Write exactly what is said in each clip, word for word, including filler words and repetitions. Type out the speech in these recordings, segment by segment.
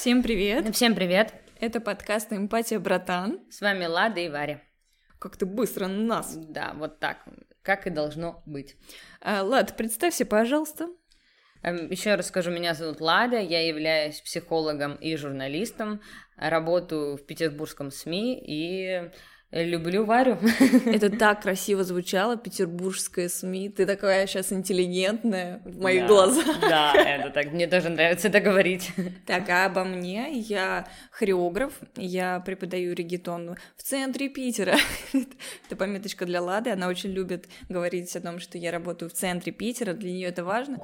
Всем привет! Всем привет! Это подкаст «Эмпатия, братан». С вами Лада и Варя. Как ты быстро на нас. Да, вот так, как и должно быть. А, Лад, представься, пожалуйста. Еще раз скажу, меня зовут Лада, я являюсь психологом и журналистом, работаю в петербургском СМИ и люблю Варю. Это так красиво звучало, петербургское СМИ. Ты такая сейчас интеллигентная в моих да, глазах. Да, это так, мне тоже нравится это говорить. Так, а обо мне? Я хореограф, я преподаю реггетон в центре Питера. Это пометочка для Лады, она очень любит говорить о том, что я работаю в центре Питера, для нее это важно.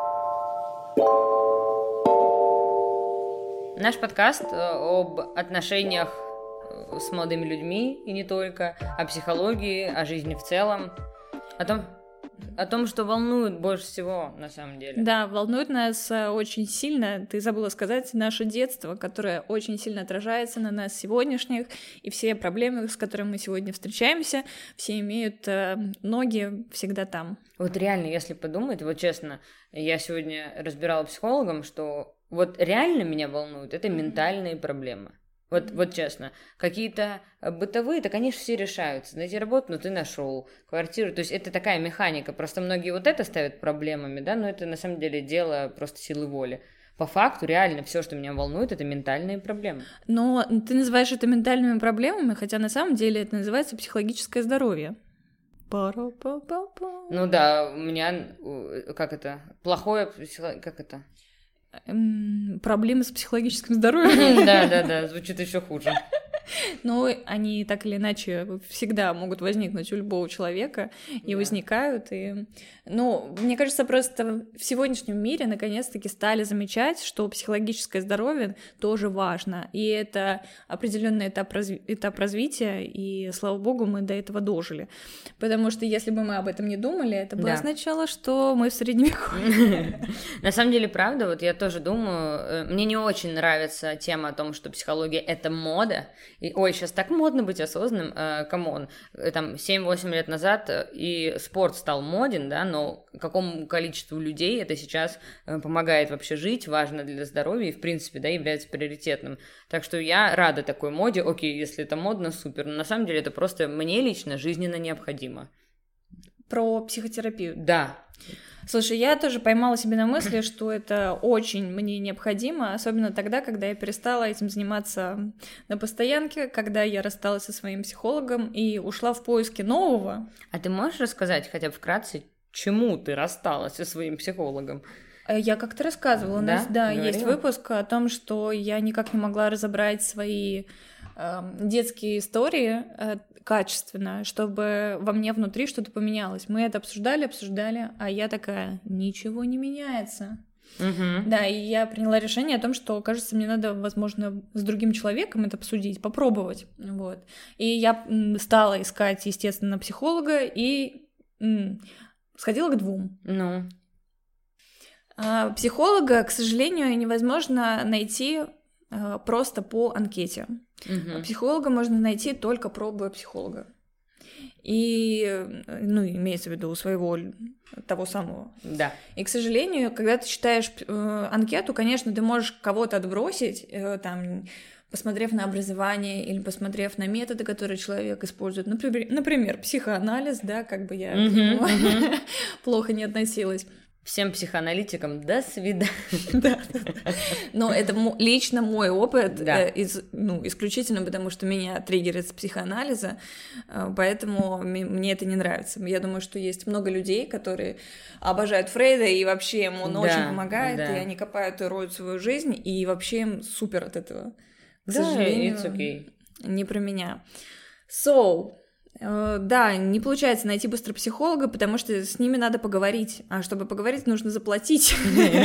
Наш подкаст об отношениях с молодыми людьми, и не только, о психологии, о жизни в целом, о том, о том, что волнует больше всего, на самом деле. Да, волнует нас очень сильно, ты забыла сказать, наше детство, которое очень сильно отражается на нас сегодняшних, и все проблемы, с которыми мы сегодня встречаемся, все имеют э, ноги всегда там. Вот реально, если подумать, вот честно, я сегодня разбирала психологом, что вот реально меня волнует, это ментальные проблемы. Вот, вот честно, какие-то бытовые, так они же все решаются. Найти работу, ну ты нашел, квартиру, то есть это такая механика. Просто многие вот это ставят проблемами, да, но это на самом деле дело просто силы воли. По факту, реально, все, что меня волнует, это ментальные проблемы. Но ты называешь это ментальными проблемами, хотя на самом деле это называется психологическое здоровье. Па-ра-па-па-па. Ну да, у меня, как это, плохое, как это... Проблемы с психологическим здоровьем. Да, да, да, звучит еще хуже. Но они так или иначе всегда могут возникнуть у любого человека и да. возникают. И... Ну, мне кажется, просто в сегодняшнем мире наконец-таки стали замечать, что психологическое здоровье тоже важно. И это определенный этап, разви... этап развития, и, слава богу, мы до этого дожили. Потому что если бы мы об этом не думали, это бы да. означало, что мы в средневековье. На самом деле, правда, вот я тоже думаю, мне не очень нравится тема о том, что психология — это мода. И, ой, сейчас так модно быть осознанным, камон, э, там семь-восемь лет назад и спорт стал моден, да, но какому количеству людей это сейчас э, помогает вообще жить, важно для здоровья и, в принципе, да, является приоритетным. Так что я рада такой моде, окей, если это модно, супер, но на самом деле это просто мне лично жизненно необходимо. Про психотерапию? Да. Слушай, я тоже поймала себя на мысли, что это очень мне необходимо, особенно тогда, когда я перестала этим заниматься на постоянке, когда я рассталась со своим психологом и ушла в поиски нового. А ты можешь рассказать хотя бы вкратце, чему ты рассталась со своим психологом? Я как-то рассказывала, у нас, да, Говорила? есть выпуск о том, что я никак не могла разобрать свои э, детские истории э, качественно, чтобы во мне внутри что-то поменялось. Мы это обсуждали, обсуждали, а я такая, ничего не меняется. Угу. Да, и я приняла решение о том, что, кажется, мне надо, возможно, с другим человеком это обсудить, попробовать, вот. И я стала искать, естественно, психолога и м, сходила к двум. Ну... А психолога, к сожалению, невозможно найти а, просто по анкете. Угу. Психолога можно найти только пробуя психолога. И, ну, имеется в виду у своего того самого. Да. И, к сожалению, когда ты читаешь э, анкету, конечно, ты можешь кого-то отбросить, э, там, посмотрев на образование или посмотрев на методы, которые человек использует. Например, например психоанализ, да, как бы я к нему плохо не относилась. Всем психоаналитикам до свидания. Да. Но это лично мой опыт, да. из, ну, исключительно потому, что меня триггерит с психоанализа, поэтому мне это не нравится. Я думаю, что есть много людей, которые обожают Фрейда, и вообще ему он да, очень помогает, да. и они копают и роют свою жизнь, и вообще им супер от этого. К да, сожалению, it's okay. Не про меня. So... Да, не получается найти быстро психолога, потому что с ними надо поговорить, а чтобы поговорить, нужно заплатить.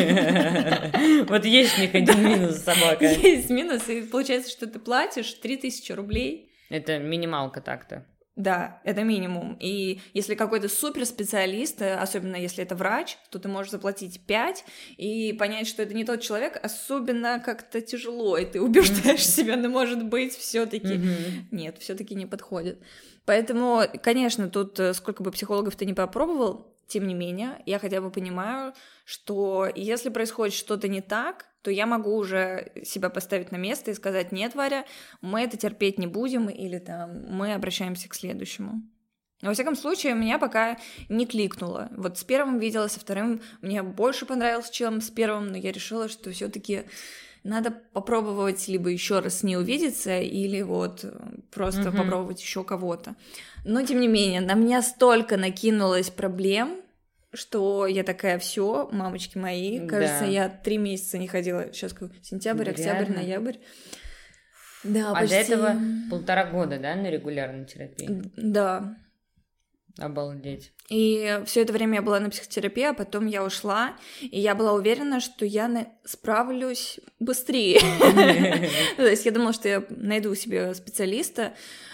Вот есть у них один минус, собака. Есть минус, и получается, что ты платишь три тысячи рублей. Это минималка так-то. Да, это минимум. И если какой-то суперспециалист, особенно если это врач, то ты можешь заплатить пять и понять, что это не тот человек, особенно как-то тяжело, и ты убеждаешь себя, но, может быть, все-таки нет, все-таки не подходит. Поэтому, конечно, тут сколько бы психологов ты ни попробовал, тем не менее, я хотя бы понимаю, что если происходит что-то не так, то я могу уже себя поставить на место и сказать: нет, Варя, мы это терпеть не будем, или там мы обращаемся к следующему. Во всяком случае, меня пока не кликнуло. Вот с первым видела, со вторым мне больше понравилось, чем с первым, но я решила, что все-таки надо попробовать либо еще раз с ней увидеться, или вот просто mm-hmm. попробовать еще кого-то. Но тем не менее, на меня столько накинулось проблем, что я такая: все, мамочки мои, кажется, да. я три месяца не ходила. Сейчас сентябрь, Реально? октябрь, ноябрь. Да, а почти... до этого полтора года, да, на регулярной терапии? Да. Обалдеть. И все это время я была на психотерапии, а потом я ушла, и я была уверена, что я на... справлюсь быстрее. То есть я думала, что я найду себе специалиста,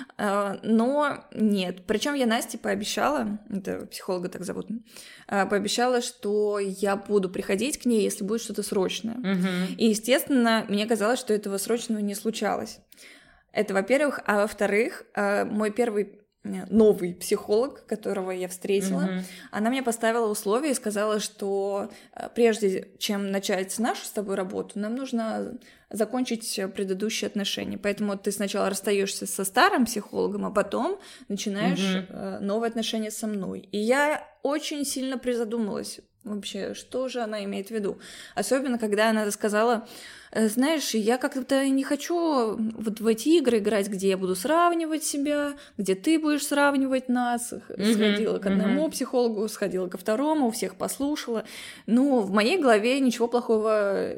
но нет. Причем я Насте пообещала, это психолога так зовут, пообещала, что я буду приходить к ней, если будет что-то срочное. И, естественно, мне казалось, что этого срочного не случалось. Это, во-первых. А во-вторых, мой первый новый психолог, которого я встретила, mm-hmm. она мне поставила условия и сказала, что прежде чем начать нашу с тобой работу, нам нужно закончить предыдущие отношения. Поэтому ты сначала расстаешься со старым психологом, а потом начинаешь mm-hmm. новые отношения со мной. И я очень сильно призадумалась вообще, что же она имеет в виду. Особенно, когда она сказала: знаешь, я как-то не хочу вот в эти игры играть, где я буду сравнивать себя, где ты будешь сравнивать нас. Mm-hmm. Сходила к одному mm-hmm. психологу, сходила ко второму, всех послушала. Ну, в моей голове ничего плохого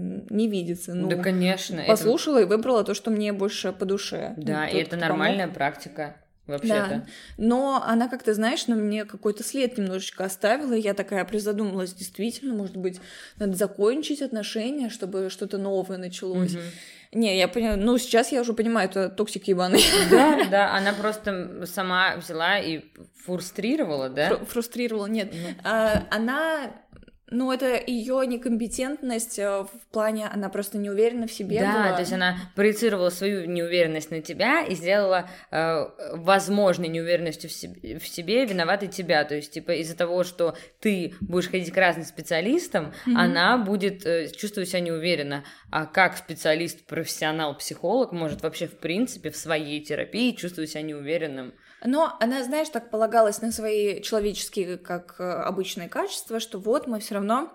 не видится. Ну, да, конечно. Послушала это... и выбрала то, что мне больше по душе. Да, ну, и это нормальная помог. практика. Вообще-то. Да. Но она как-то, знаешь, на мне какой-то след немножечко оставила, и я такая призадумалась: действительно, может быть, надо закончить отношения, чтобы что-то новое началось. Угу. Не, я поняла, ну, сейчас я уже понимаю, это токсик ебаный. Да, да, она просто сама взяла и фрустрировала, да? Фру- фрустрировала, нет. Угу. А, она... Ну, это ее некомпетентность в плане, она просто не уверена в себе да, была. То есть она проецировала свою неуверенность на тебя и сделала э, возможной неуверенностью в себе, в себе виноватой тебя. То есть, типа, из-за того, что ты будешь ходить к разным специалистам, mm-hmm. она будет э, чувствовать себя неуверенно. А как специалист, профессионал, психолог может вообще, в принципе, в своей терапии чувствовать себя неуверенным? Но она, знаешь, так полагалась на свои человеческие, как обычные качества, что вот мы все равно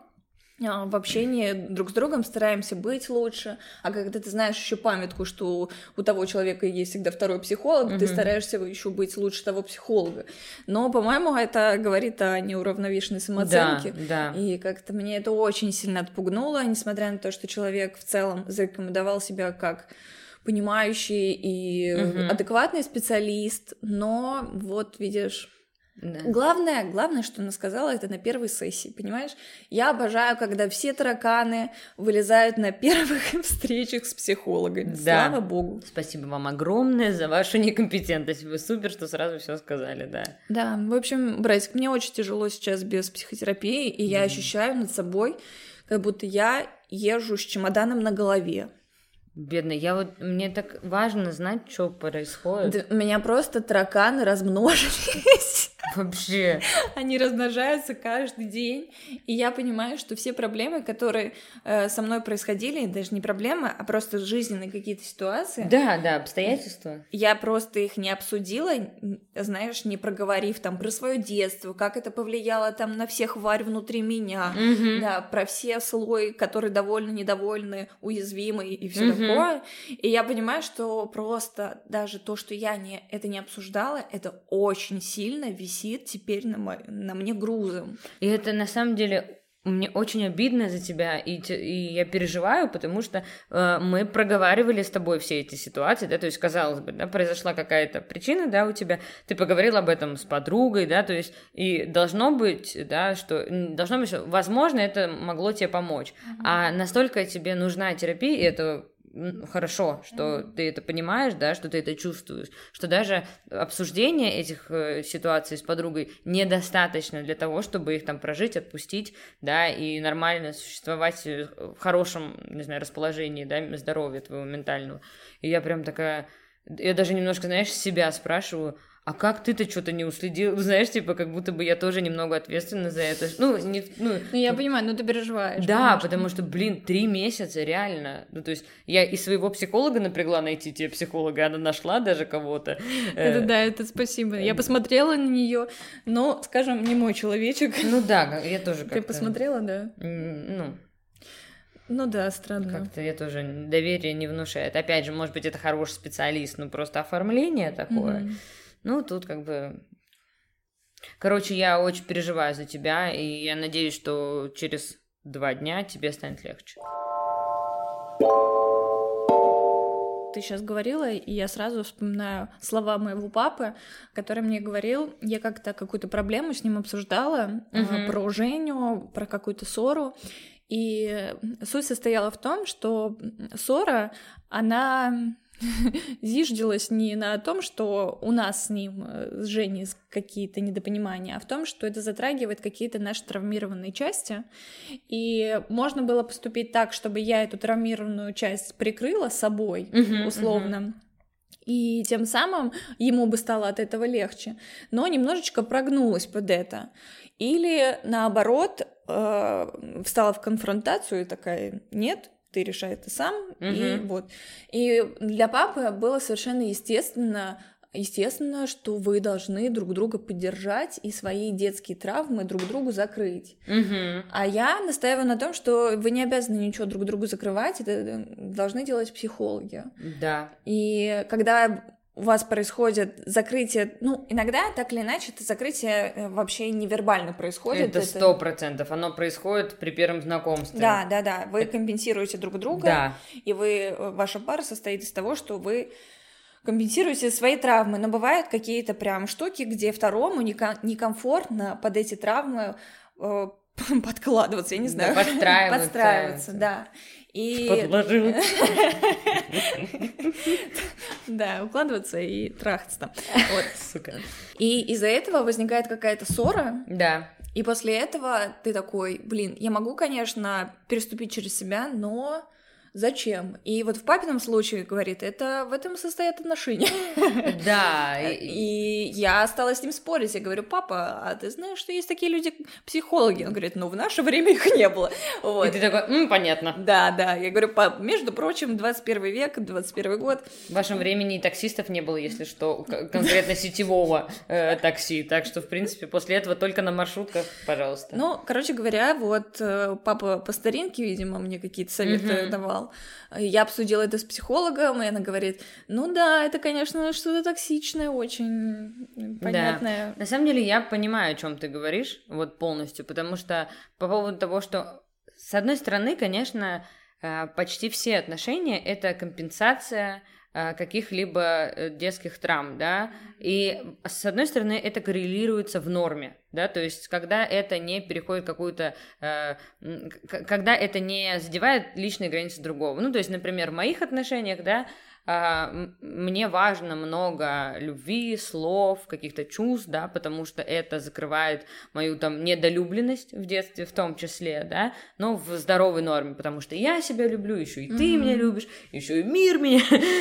в общении друг с другом стараемся быть лучше, а когда ты знаешь еще памятку, что у того человека есть всегда второй психолог, mm-hmm. ты стараешься еще быть лучше того психолога. Но, по-моему, это говорит о неуравновешенной самооценке, да, да. И как-то мне это очень сильно отпугнуло, несмотря на то, что человек в целом зарекомендовал себя как понимающий и угу. адекватный специалист, но вот видишь, да. главное, главное, что она сказала, это на первой сессии, понимаешь? Я обожаю, когда все тараканы вылезают на первых встречах с психологами. Да. Слава богу. Спасибо вам огромное за вашу некомпетентность. Вы супер, что сразу все сказали, да. Да, в общем, братик, мне очень тяжело сейчас без психотерапии, и я mm. ощущаю над собой, как будто я езжу с чемоданом на голове. Бедная, я вот, мне так важно знать, что происходит. Да, у меня просто тараканы размножились. Вообще. Они размножаются каждый день, и я понимаю, что все проблемы, которые э, со мной происходили, даже не проблемы, а просто жизненные какие-то ситуации. Да, да, обстоятельства. Я просто их не обсудила, знаешь, не проговорив там про свое детство, как это повлияло там на всех Варь внутри меня, mm-hmm. да, про все слои, которые довольны, недовольны, уязвимы и все mm-hmm. такое. И я понимаю, что просто даже то, что я не, это не обсуждала, это очень сильно висит теперь на, мо- на мне грузом. И это на самом деле мне очень обидно за тебя, и, и я переживаю, потому что э, мы проговаривали с тобой все эти ситуации, да, то есть, казалось бы, да, произошла какая-то причина, да, у тебя, ты поговорил об этом с подругой, да, то есть, и должно быть, да, что, должно быть, что, возможно, это могло тебе помочь, mm-hmm. а настолько тебе нужна терапия, и это хорошо, что mm-hmm. ты это понимаешь, да, что ты это чувствуешь, что даже обсуждение этих э, ситуаций с подругой недостаточно для того, чтобы их там прожить, отпустить, да, и нормально существовать в хорошем, не знаю, расположении, да, здоровья твоего ментального. И я прям такая, я даже немножко, знаешь, себя спрашиваю, а как ты-то что-то не уследил? Знаешь, типа, как будто бы я тоже немного ответственна за это. Ну, не... Ну, ну я понимаю, ну ты переживаешь. Да, потому что, блин, три месяца, реально. Ну, то есть я и своего психолога напрягла найти тебе психолога, она нашла даже кого-то. Это да, это спасибо. Я посмотрела на нее, но, скажем, не мой человечек. Ну да, я тоже как-то... Ты посмотрела, да? Ну... Ну да, странно. Как-то я тоже доверие не внушает. Опять же, может быть, это хороший специалист, но просто оформление такое... Mm-hmm. Ну, тут как бы... Короче, я очень переживаю за тебя, и я надеюсь, что через два дня тебе станет легче. Ты сейчас говорила, и я сразу вспоминаю слова моего папы, который мне говорил, я как-то какую-то проблему с ним обсуждала, uh-huh. про Женю, про какую-то ссору, и суть состояла в том, что ссора, она... зиждилась не на том, что у нас с ним, с Женей, какие-то недопонимания, а в том, что это затрагивает какие-то наши травмированные части, и можно было поступить так, чтобы я эту травмированную часть прикрыла собой, uh-huh, условно, uh-huh. и тем самым ему бы стало от этого легче, но немножечко прогнулась под это. Или, наоборот, э, встала в конфронтацию и такая, нет, ты решай это сам, uh-huh. и вот. И для папы было совершенно естественно, естественно, что вы должны друг друга поддержать и свои детские травмы друг другу закрыть. Uh-huh. А я настаиваю на том, что вы не обязаны ничего друг другу закрывать, это должны делать психологи. Да. И когда у вас происходит закрытие, ну, иногда так или иначе это закрытие вообще невербально происходит. Это сто процентов, оно происходит при первом знакомстве. Да, да, да, вы это... компенсируете друг друга, да. и вы, ваша пара состоит из того, что вы компенсируете свои травмы, но бывают какие-то прям штуки, где второму некомфортно под эти травмы э, подкладываться, я не знаю. Да, подстраиваться. Подстраиваться, да. И... Подложил. Да, укладываться и трахаться там. Вот. Сука. И из-за этого возникает какая-то ссора. Да. И после этого ты такой, блин, я могу, конечно, переступить через себя, но зачем? И вот в папином случае, говорит, это в этом состоят отношения. Да. И я стала с ним спорить. Я говорю, папа, а ты знаешь, что есть такие люди, психологи? Он говорит, ну, в наше время их не было. Вот. И ты такой, ну, понятно. Да, да. Я говорю, пап, между прочим, двадцать первый век, двадцать первый год. В вашем времени и таксистов не было, если что, конкретно сетевого э, такси. Так что, в принципе, после этого только на маршрутках, пожалуйста. Ну, короче говоря, вот папа по старинке, видимо, мне какие-то советы mm-hmm. давал. Я обсудила это с психологом, и она говорит, ну да, это, конечно, что-то токсичное, очень понятное. Да. На самом деле я понимаю, о чем ты говоришь, вот полностью, потому что по поводу того, что, с одной стороны, конечно, почти все отношения — это компенсация каких-либо детских травм, да, и с одной стороны это коррелируется в норме, да, то есть когда это не переходит какую-то, э, когда это не задевает личные границы другого, ну, то есть, например, в моих отношениях, да, э, мне важно много любви, слов, каких-то чувств, да, потому что это закрывает мою там недолюбленность в детстве в том числе, да, но в здоровой норме, потому что я себя люблю, еще и ты mm-hmm. меня любишь, еще и мир меня.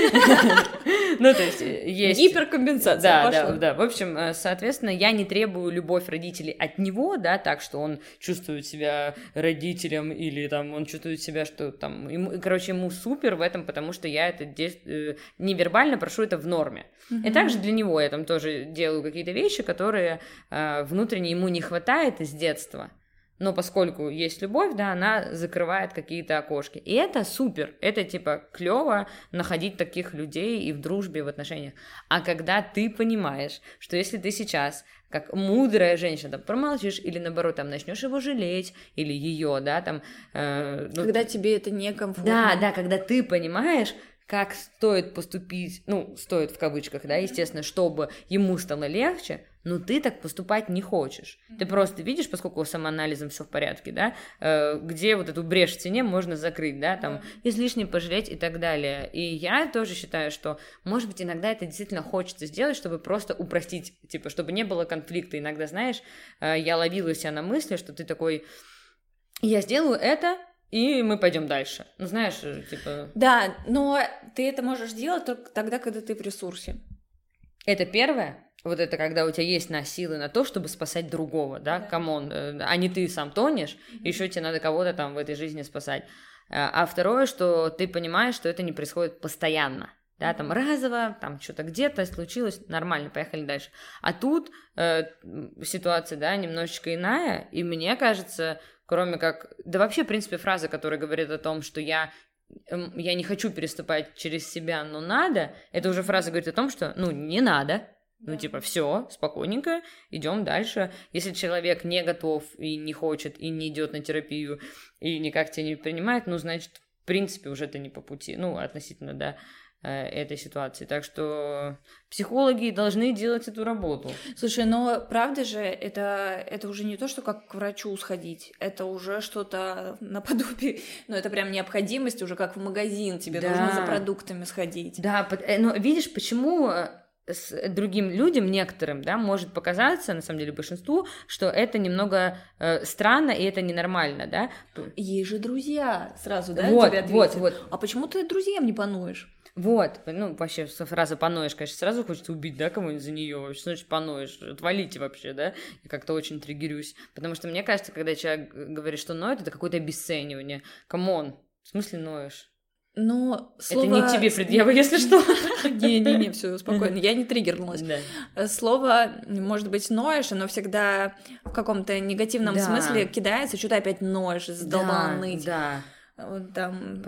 Ну, то есть есть... Гиперкомпенсация. Да, да, да. В общем, соответственно, я не требую любовь родителей от него, да, так, что он чувствует себя родителем или там он чувствует себя, что там... Ему, короче, ему супер в этом, потому что я это э, невербально прошу это в норме. Mm-hmm. И также для него я там тоже делаю какие-то вещи, которые э, внутренне ему не хватает из детства. Но поскольку есть любовь, да, она закрывает какие-то окошки. И это супер, это типа клево находить таких людей и в дружбе, и в отношениях. А когда ты понимаешь, что если ты сейчас, как мудрая женщина, там, промолчишь или, наоборот, там, начнешь его жалеть, или ее, да, там... Э, ну, когда тебе это некомфортно. Да, да, когда ты понимаешь, как стоит поступить, ну, стоит в кавычках, да, естественно, чтобы ему стало легче, но ты так поступать не хочешь. Mm-hmm. Ты просто видишь, поскольку с самоанализом все в порядке, да, э, где вот эту брешь в стене можно закрыть, да, там, mm-hmm. излишне пожалеть и так далее. И я тоже считаю, что, может быть, иногда это действительно хочется сделать, чтобы просто упростить, типа, чтобы не было конфликта. Иногда, знаешь, э, я ловила себя на мысли, что ты такой, я сделаю это, и мы пойдем дальше. Ну, знаешь, типа... Да, но ты это можешь делать только тогда, когда ты в ресурсе. Это первое. Вот это когда у тебя есть на силы на то, чтобы спасать другого, да, камон, да. А не ты сам тонешь, mm-hmm. еще тебе надо кого-то там в этой жизни спасать. А второе, что ты понимаешь, что это не происходит постоянно, да, там разово, там что-то где-то случилось, нормально, поехали дальше. А тут э, ситуация, да, немножечко иная, и мне кажется, кроме как, да вообще, в принципе, фраза, которая говорит о том, что я я не хочу переступать через себя, но надо, это уже фраза говорит о том, что, ну, не надо. Ну, типа, все, спокойненько, идем дальше. Если человек не готов и не хочет, и не идет на терапию, и никак тебя не принимает, ну, значит, в принципе, уже это не по пути, ну, относительно, да, этой ситуации. Так что психологи должны делать эту работу. Слушай, но правда же, это, это уже не то, что как к врачу сходить, это уже что-то наподобие, ну, это прям необходимость, уже как в магазин, тебе да. нужно за продуктами сходить. Да, но видишь, почему... с другим людям, некоторым, да, может показаться, на самом деле большинству, что это немного э, странно и это ненормально, да. Есть же друзья, сразу, да, вот, тебе ответят. Вот, вот. А почему ты друзьям не поноешь? Вот, ну, вообще, фраза «поноешь», конечно, сразу хочется убить, да, кого-нибудь за нее вообще, значит, поноешь, отвалите вообще, да, я как-то очень триггерюсь, потому что мне кажется, когда человек говорит, что ноет, это какое-то обесценивание, камон, в смысле ноешь? Но слово... Это не тебе предъява, если что. Не-не-не, все спокойно, я не триггернулась. Да. Слово, может быть, ноешь, оно всегда в каком-то негативном да. смысле кидается, что ты опять ноешь, задолбала ныть. Да, вот там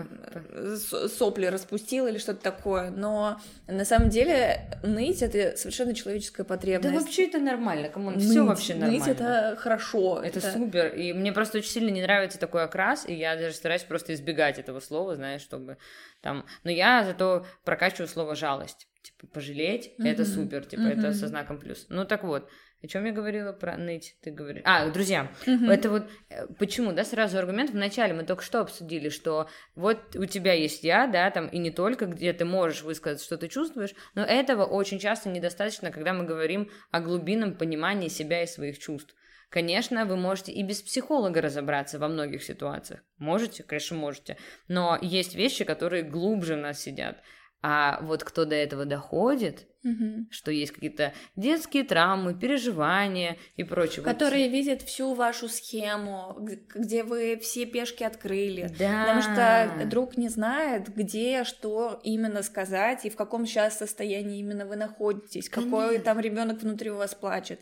сопли распустил или что-то такое, но на самом деле ныть — это совершенно человеческая потребность. Да вообще это нормально, кому все вообще нормально. Ныть — это хорошо. Это, это супер, и мне просто очень сильно не нравится такой окрас, и я даже стараюсь просто избегать этого слова, знаешь, чтобы там... Но я зато прокачиваю слово «жалость». Типа, пожалеть mm-hmm. — это супер, типа, mm-hmm. это со знаком плюс. Ну, так вот, о чем я говорила про ныть, ты говоришь? А, друзья, mm-hmm. это вот почему, да, сразу аргумент. Вначале мы только что обсудили, что вот у тебя есть я, да, там, и не только, где ты можешь высказать, что ты чувствуешь, но этого очень часто недостаточно, когда мы говорим о глубинном понимании себя и своих чувств. Конечно, вы можете и без психолога разобраться во многих ситуациях. Можете? Конечно, можете. Но есть вещи, которые глубже в нас сидят. А вот кто до этого доходит, угу. что есть какие-то детские травмы, переживания и прочее. Которые вот... видят всю вашу схему, где вы все пешки открыли. Да. Потому что друг не знает, где, что именно сказать и в каком сейчас состоянии именно вы находитесь, Конечно. Какой там ребенок внутри у вас плачет.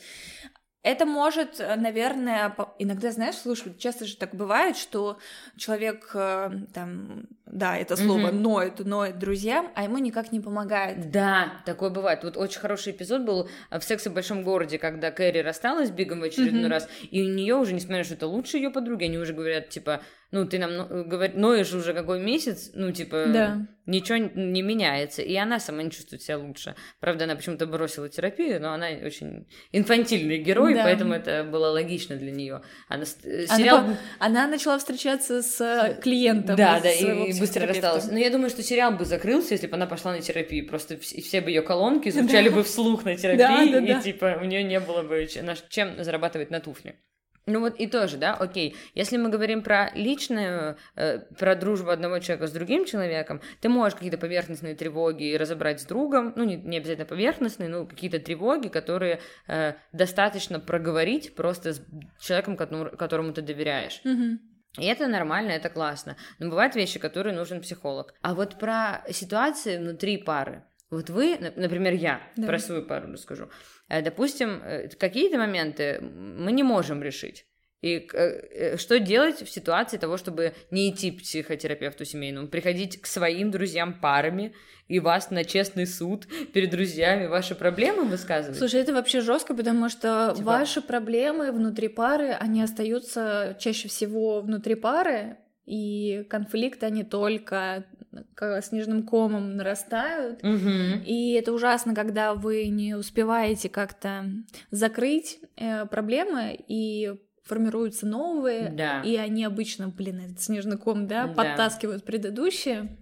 Это может, наверное, иногда, знаешь, слушай, часто же так бывает, что человек там, да, это слово mm-hmm. ноет, ноет друзьям, а ему никак не помогает. Да, такое бывает. Вот очень хороший эпизод был в «Сексе в большом городе», когда Кэрри рассталась с Бигом в очередной mm-hmm. раз, и у нее уже, несмотря на то, что это лучшие ее подруги, они уже говорят, типа, ну, ты нам говоришь, ноешь уже какой месяц, ну, типа, да. ничего не меняется, и она сама не чувствует себя лучше. Правда, она почему-то бросила терапию, но она очень инфантильный герой, да. поэтому это было логично для нее. Она, сериал... она, она начала встречаться с клиентом. Да, да, и, и быстро рассталась. Но я думаю, что сериал бы закрылся, если бы она пошла на терапию. Просто все бы ее колонки звучали бы вслух на терапии, и, типа, у нее не было бы чем зарабатывать на туфли. Ну вот и тоже, да, окей, если мы говорим про личную, э, про дружбу одного человека с другим человеком, ты можешь какие-то поверхностные тревоги разобрать с другом, ну не, не обязательно поверхностные, но какие-то тревоги, которые э, достаточно проговорить просто с человеком, которому, которому ты доверяешь. Mm-hmm. И это нормально, это классно, но бывают вещи, которые нужен психолог. А вот про ситуации внутри пары, вот вы, например, я, да. про свою пару расскажу. Допустим, какие-то моменты мы не можем решить. И что делать в ситуации того, чтобы не идти к психотерапевту семейному, приходить к своим друзьям парами и вас на честный суд перед друзьями ваши проблемы высказывать? Слушай, это вообще жестко, потому что типа... ваши проблемы внутри пары, они остаются чаще всего внутри пары, и конфликты, они только снежным комом нарастают. Угу. И это ужасно, когда вы не успеваете как-то закрыть э, проблемы, и формируются новые, да. и они обычно, блин, этот снежный ком, да, да. подтаскивают предыдущие.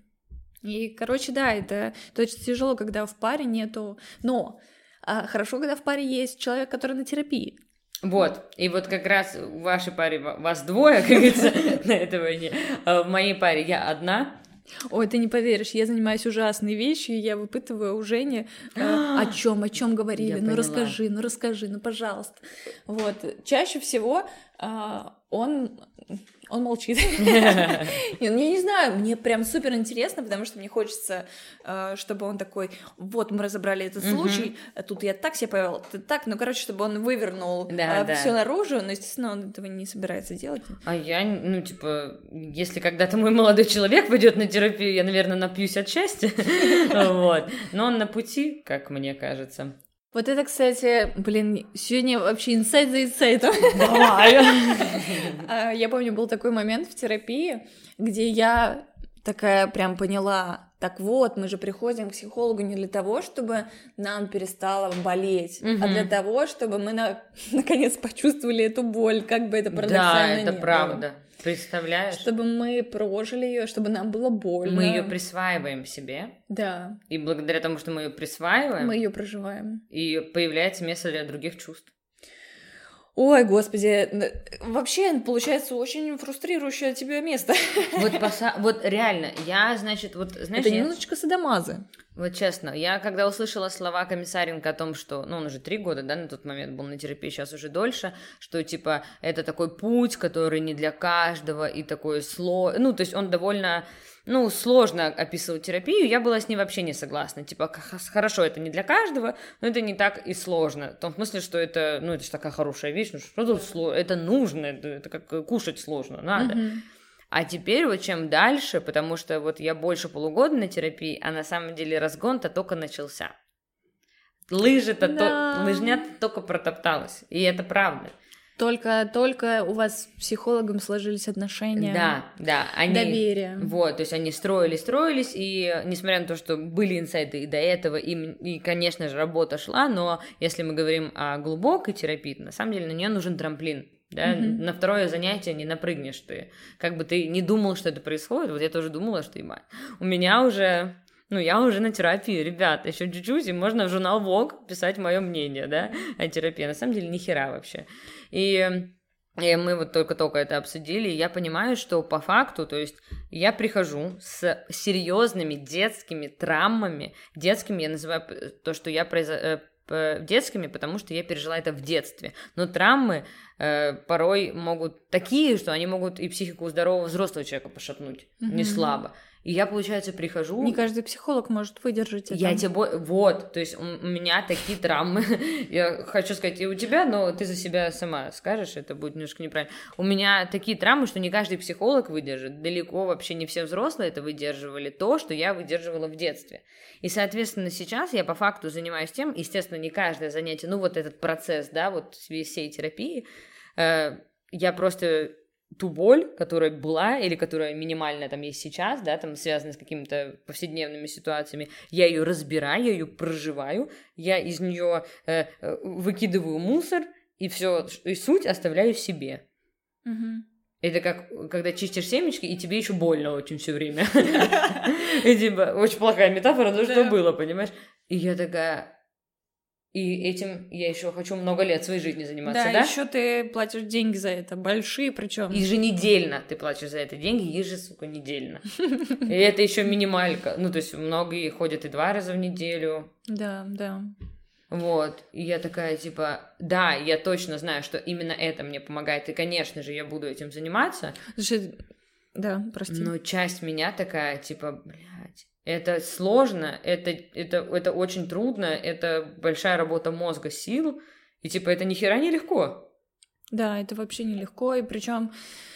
И, короче, да, это, это очень тяжело, когда в паре нету... Но а хорошо, когда в паре есть человек, который на терапии. Вот, и вот как раз в вашей паре вас двое, как говорится, на этой войне. В моей паре я одна, Ой, ты не поверишь, я занимаюсь ужасной вещью, и я выпытываю у Жени, э, о чем, о чем говорили. Я ну поняла. расскажи, ну расскажи, ну пожалуйста. Вот. Чаще всего э, он, он молчит. Я не знаю, мне прям супер интересно, потому что мне хочется, э, чтобы он такой, вот мы разобрали этот случай, тут я так себя повел, ты так, ну короче, чтобы он вывернул Да, да. все наружу, но естественно он этого не собирается делать. А я, ну, типа, если когда-то мой молодой человек пойдет на терапию, я, наверное, напьюсь от счастья, вот. Но он на пути, как мне кажется. Вот это, кстати, блин, сегодня вообще инсайт за инсайтом. Давай. Я помню, был такой момент в терапии, где я такая прям поняла, так вот, мы же приходим к психологу не для того, чтобы нам перестало болеть, Мгм. а для того, чтобы мы на- наконец почувствовали эту боль, как бы это Да, парадоксально это ни было. правда. Представляешь? Чтобы мы прожили ее, чтобы нам было больно. Мы ее присваиваем себе, Да, и благодаря тому, что мы ее присваиваем, мы ее проживаем. и появляется место для других чувств. Ой, господи, н- вообще получается очень фрустрирующее тебе место. Вот, поса- вот реально, я, значит, вот, знаешь, Это я- немножечко садомазы. вот честно, я когда услышала слова Комиссаренко о том, что, ну, он уже три года, да, на тот момент был на терапии, сейчас уже дольше, что, типа, это такой путь, который не для каждого, и такой сло... Ну, то есть он довольно, ну, сложно описывал терапию, я была с ней вообще не согласна. Типа, х- хорошо, это не для каждого, но это не так и сложно. В том смысле, что это, ну, это же такая хорошая вещь, ну, что тут сложно? Это нужно, это, это как кушать сложно, надо. Мгм. А теперь вот чем дальше, потому что вот я больше полугода на терапии, а на самом деле разгон-то только начался. Лыжи-то, Да. то, лыжня только протопталась, и это правда. Только-только у вас с психологом сложились отношения. Да, да, они... Доверие. Вот, то есть они строились, строились, и несмотря на то, что были инсайты и до этого, и, и, конечно же, работа шла, но если мы говорим о глубокой терапии, то на самом деле на нее нужен трамплин. Да? Мгм. На второе занятие не напрыгнешь ты. Как бы ты не думал, что это происходит, вот я тоже думала, что ебать. У меня уже, ну, я уже на терапии, ребят, еще чуть-чуть, и можно в журнал Vogue писать мое мнение, да, о терапии. На самом деле ни хера вообще. И, и мы вот только-только это обсудили, и я понимаю, что по факту, то есть я прихожу с серьезными детскими травмами, детскими я называю то, что я произо... детскими, потому что я пережила это в детстве. Но травмы э, порой могут такие, что они могут и психику здорового взрослого человека пошатнуть, Мгм. не слабо. И я, получается, прихожу... Не каждый психолог может выдержать это. Я тебе... бо- Вот, то есть у у меня такие травмы. Я хочу сказать и у тебя, но ты за себя сама скажешь, это будет немножко неправильно. У меня такие травмы, что не каждый психолог выдержит. Далеко вообще не все взрослые это выдерживали, то, что я выдерживала в детстве. И, соответственно, сейчас я по факту занимаюсь тем, естественно, не каждое занятие, ну вот этот процесс, да, вот всей терапии, э, я просто... ту боль, которая была или которая минимальная там есть сейчас, да, там связана с какими-то повседневными ситуациями, я ее разбираю, я ее проживаю, я из нее э, э, выкидываю мусор и все, и суть оставляю себе. Мгм. Это как когда чистишь семечки, и тебе еще больно очень все время. И типа очень плохая метафора, но что было, понимаешь? И я такая. И этим я еще хочу много лет своей жизни заниматься, Да, да? еще ты платишь деньги за это, большие причем. Еженедельно ты платишь за это деньги, еже, сука, недельно. И это еще минималька. Ну, то есть многие ходят и два раза в неделю. Да, да. Вот. И я такая, типа, да, я точно знаю, что именно это мне помогает. И, конечно же, я буду этим заниматься. Слушай, да, прости. Но часть меня такая, типа, блядь, это сложно, это, это, это очень трудно, это большая работа мозга, сил. И, типа, это ни хера не легко. Да, это вообще нелегко, и причем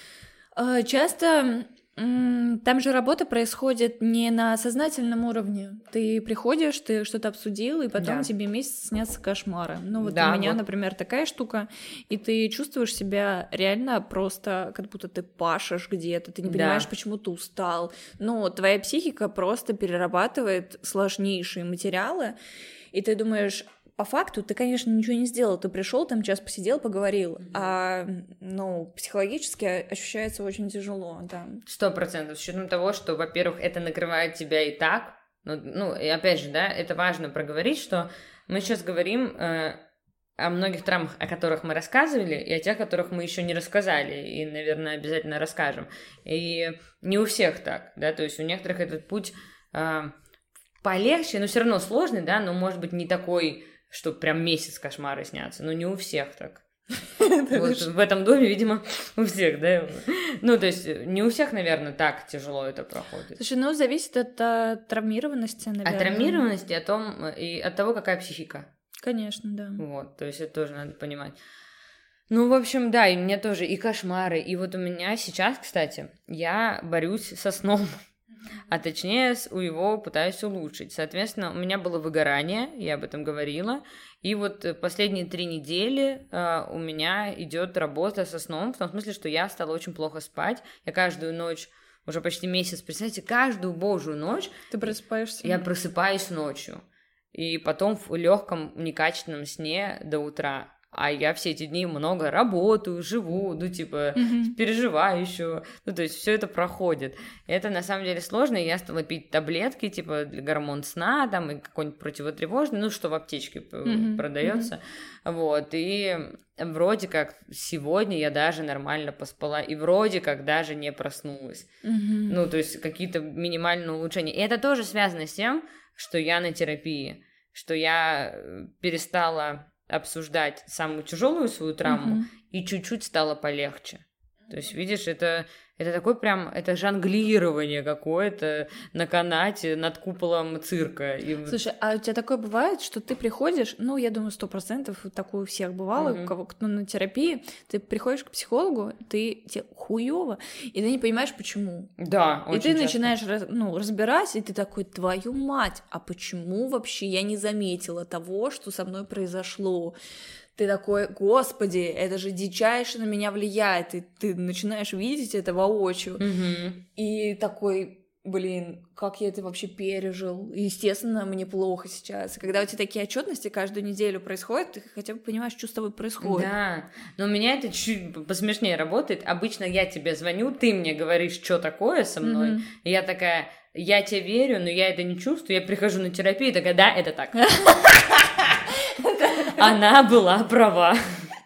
часто м, там же работа происходит не на сознательном уровне. Ты приходишь, ты что-то обсудил, и потом Да. тебе месяц снятся кошмары. Ну вот Да, у меня, вот. например, такая штука, и ты чувствуешь себя реально просто, как будто ты пашешь где-то, ты не Да. понимаешь, почему ты устал. Ну, твоя психика просто перерабатывает сложнейшие материалы, и ты думаешь... По факту ты, конечно, ничего не сделал. Ты пришел, там час посидел, поговорил. Mm-hmm. А, ну, психологически ощущается очень тяжело, да. Сто процентов. С учетом того, что, во-первых, это накрывает тебя и так. Ну, ну, и опять же, да, это важно проговорить, что мы сейчас говорим... Э, о многих травмах, о которых мы рассказывали, и о тех, о которых мы еще не рассказали, и, наверное, обязательно расскажем. И не у всех так, да, то есть у некоторых этот путь э, полегче, но все равно сложный, да, но, может быть, не такой, что прям месяц кошмары снятся, но не у всех так. Вот в этом доме, видимо, у всех, да? Ну, то есть не у всех, наверное, так тяжело это проходит. Слушай, ну, зависит от а, травмированности, наверное. От травмированности, о том, и от того, какая психика. Конечно, да. Вот, то есть это тоже надо понимать. Ну, в общем, да, и мне тоже и кошмары, и вот у меня сейчас, кстати, я борюсь со сном, а точнее у его пытаюсь улучшить. Соответственно, у меня было выгорание, я об этом говорила, и вот последние три недели э, у меня идет работа со сном, в том смысле, что я стала очень плохо спать, я каждую ночь, уже почти месяц, представьте, каждую божью ночь... Ты просыпаешься? Я просыпаюсь ночью, и потом в легком некачественном сне до утра. А я все эти дни много работаю, живу, ну, типа, mm-hmm. переживаю еще. Ну, то есть все это проходит. Это на самом деле сложно, и я стала пить таблетки, типа, для гормон сна, там, и какой-нибудь противотревожный, ну, что в аптечке mm-hmm. продается. Mm-hmm. Вот, и вроде как сегодня я даже нормально поспала, и вроде как даже не проснулась. Mm-hmm. Ну, то есть какие-то минимальные улучшения. И это тоже связано с тем, что я на терапии, что я перестала обсуждать самую тяжелую свою травму, mm-hmm. и чуть-чуть стало полегче. То есть, видишь, это, это такое прям, это жонглирование какое-то на канате над куполом цирка. И... Слушай, а у тебя такое бывает, что ты приходишь, ну, я думаю, сто процентов такое у всех бывало, mm-hmm. у кого кто на терапии, ты приходишь к психологу, ты тебе хуёво, и ты не понимаешь, почему. Да, очень И ты часто. начинаешь ну, разбирать, и ты такой, твою мать, а почему вообще я не заметила того, что со мной произошло? Ты такой, господи, это же дичайше на меня влияет, и ты начинаешь видеть это воочию, mm-hmm. и такой, блин, как я это вообще пережил, и, естественно, мне плохо сейчас. И когда у тебя такие отчетности каждую неделю происходят, ты хотя бы понимаешь, что с тобой происходит. Да, но у меня это чуть посмешнее работает. Обычно я тебе звоню, ты мне говоришь, что такое со мной, mm-hmm. и я такая, я тебе верю, но я это не чувствую, я прихожу на терапию, и такая, да, это так. Она была права.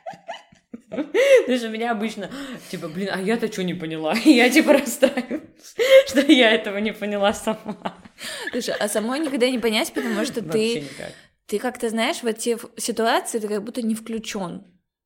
То есть у меня обычно, типа, блин, а я-то что не поняла? И я, типа, расстраиваюсь, что я этого не поняла сама. Слушай, а самой никогда не понять, потому что ты, ты как-то, знаешь, в эти ситуации ты как будто не включен.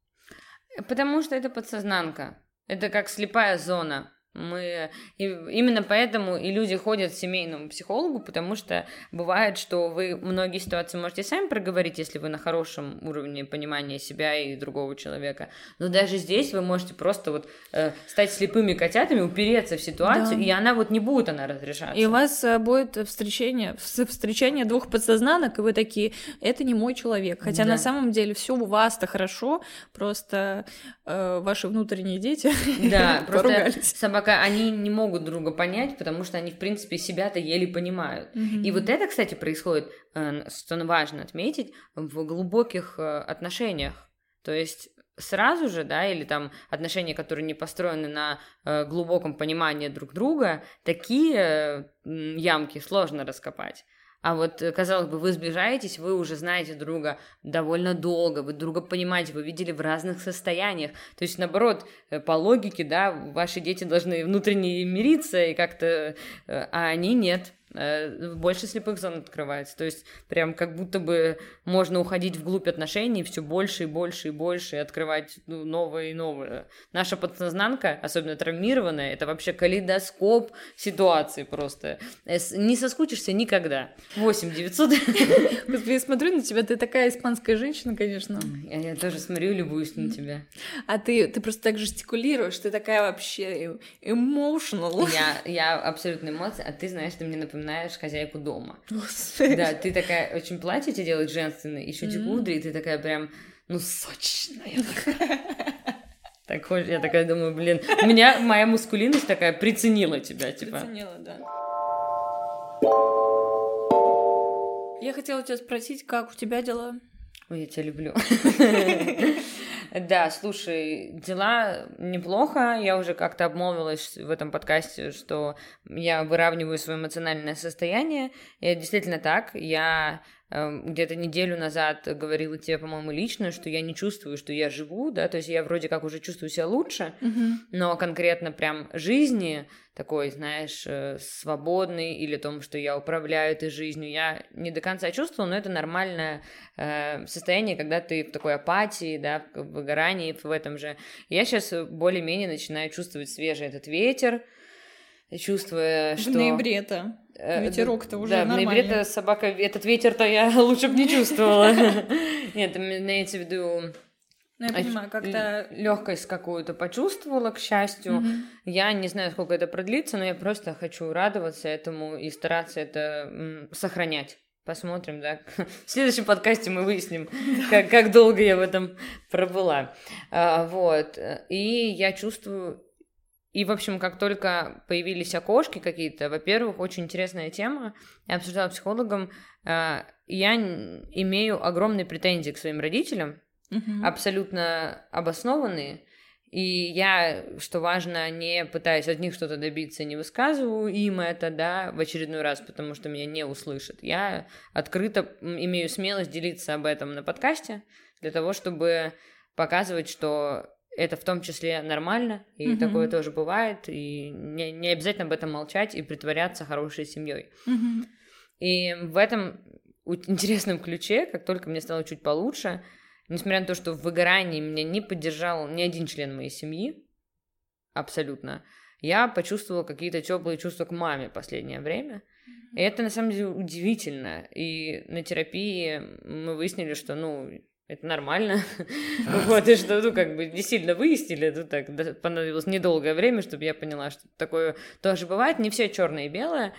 Потому что это подсознанка. Это как слепая зона. Мы и именно поэтому и люди ходят к семейному психологу, потому что бывает, что вы многие ситуации можете сами проговорить, если вы на хорошем уровне понимания себя и другого человека. Но даже здесь вы можете просто вот э, стать слепыми котятами, упереться в ситуацию, да. и она вот не будет она разрешаться. И у вас будет встречение, встречание двух подсознанок, и вы такие, это не мой человек. Хотя да. на самом деле все у вас-то хорошо, просто э, ваши внутренние дети да, поругались. Собака они не могут друга понять, потому что они, в принципе, себя-то еле понимают. Mm-hmm. И вот это, кстати, происходит, что важно отметить, в глубоких отношениях. То есть сразу же, да, или там отношения, которые не построены на глубоком понимании друг друга, такие ямки сложно раскопать. А вот, казалось бы, вы сближаетесь, вы уже знаете друга довольно долго, вы друга понимаете, вы видели в разных состояниях. То есть, наоборот, по логике, да, ваши дети должны внутренне мириться и как-то... А они нет. Больше слепых зон открывается. То есть, прям как будто бы можно уходить вглубь отношений все больше и больше и больше, и открывать ну, новое и новое. Наша подсознанка, особенно травмированная, это вообще калейдоскоп ситуации просто. Не соскучишься никогда. восемь девятьсот. Господи, я смотрю на тебя, ты такая испанская женщина, конечно. Я, я тоже смотрю и любуюсь на тебя. А ты, ты просто так жестикулируешь, ты такая вообще emotional. Я, я абсолютно эмоция, а ты знаешь, ты мне напоминаешь знаешь хозяйку дома. Господи. Да, ты такая, очень платье тебе делают женственное, еще эти кудри, и ты такая прям, ну, сочная. Так, я такая думаю, блин, меня моя мускулинность такая приценила тебя, типа. Приценила, да. Я хотела тебя спросить, как у тебя дела? Ой, я тебя люблю. Да, слушай, дела неплохо. Я уже как-то обмолвилась в этом подкасте, что я выравниваю свое эмоциональное состояние. И действительно так. Я где-то неделю назад говорила тебе, по-моему, лично, что я не чувствую, что я живу, да, то есть я вроде как уже чувствую себя лучше, mm-hmm. но конкретно прям жизни такой, знаешь, свободный или том, что я управляю этой жизнью, я не до конца чувствовала, но это нормальное э, состояние, когда ты в такой апатии, да, в выгорании в этом же. Я сейчас более-менее начинаю чувствовать свежий этот ветер, чувствуя, что... В ноябре-то. Ветерок-то уже да, нормальный. Да, в ноябре-то собака, этот ветер-то я лучше бы не чувствовала. Нет, имеется в виду... Ну, я понимаю, как-то... Лёгкость какую-то почувствовала, к счастью. Mm-hmm. Я не знаю, сколько это продлится, но я просто хочу радоваться этому и стараться это м, сохранять. Посмотрим, да. В следующем подкасте мы выясним, как, как долго я в этом пробыла. А, вот. И я чувствую... И, в общем, как только появились окошки какие-то, во-первых, очень интересная тема. Я обсуждала с психологом. А, я имею огромные претензии к своим родителям, Uh-huh. абсолютно обоснованные, и я, что важно, не пытаюсь от них что-то добиться, не высказываю им это, да, в очередной раз, потому что меня не услышат. Я открыто имею смелость делиться об этом на подкасте, для того, чтобы показывать, что это в том числе нормально, и uh-huh. такое тоже бывает, и не, не обязательно об этом молчать и притворяться хорошей семьей. Uh-huh. И в этом интересном ключе, как только мне стало чуть получше, несмотря на то, что в выгорании меня не поддержал ни один член моей семьи, абсолютно, я почувствовала какие-то теплые чувства к маме в последнее время. И это, на самом деле, удивительно. И на терапии мы выяснили, что, ну, это нормально. Вот, и что, ну, как бы не сильно выяснили, тут так понадобилось недолгое время, чтобы я поняла, что такое тоже бывает. Не все черное и белое.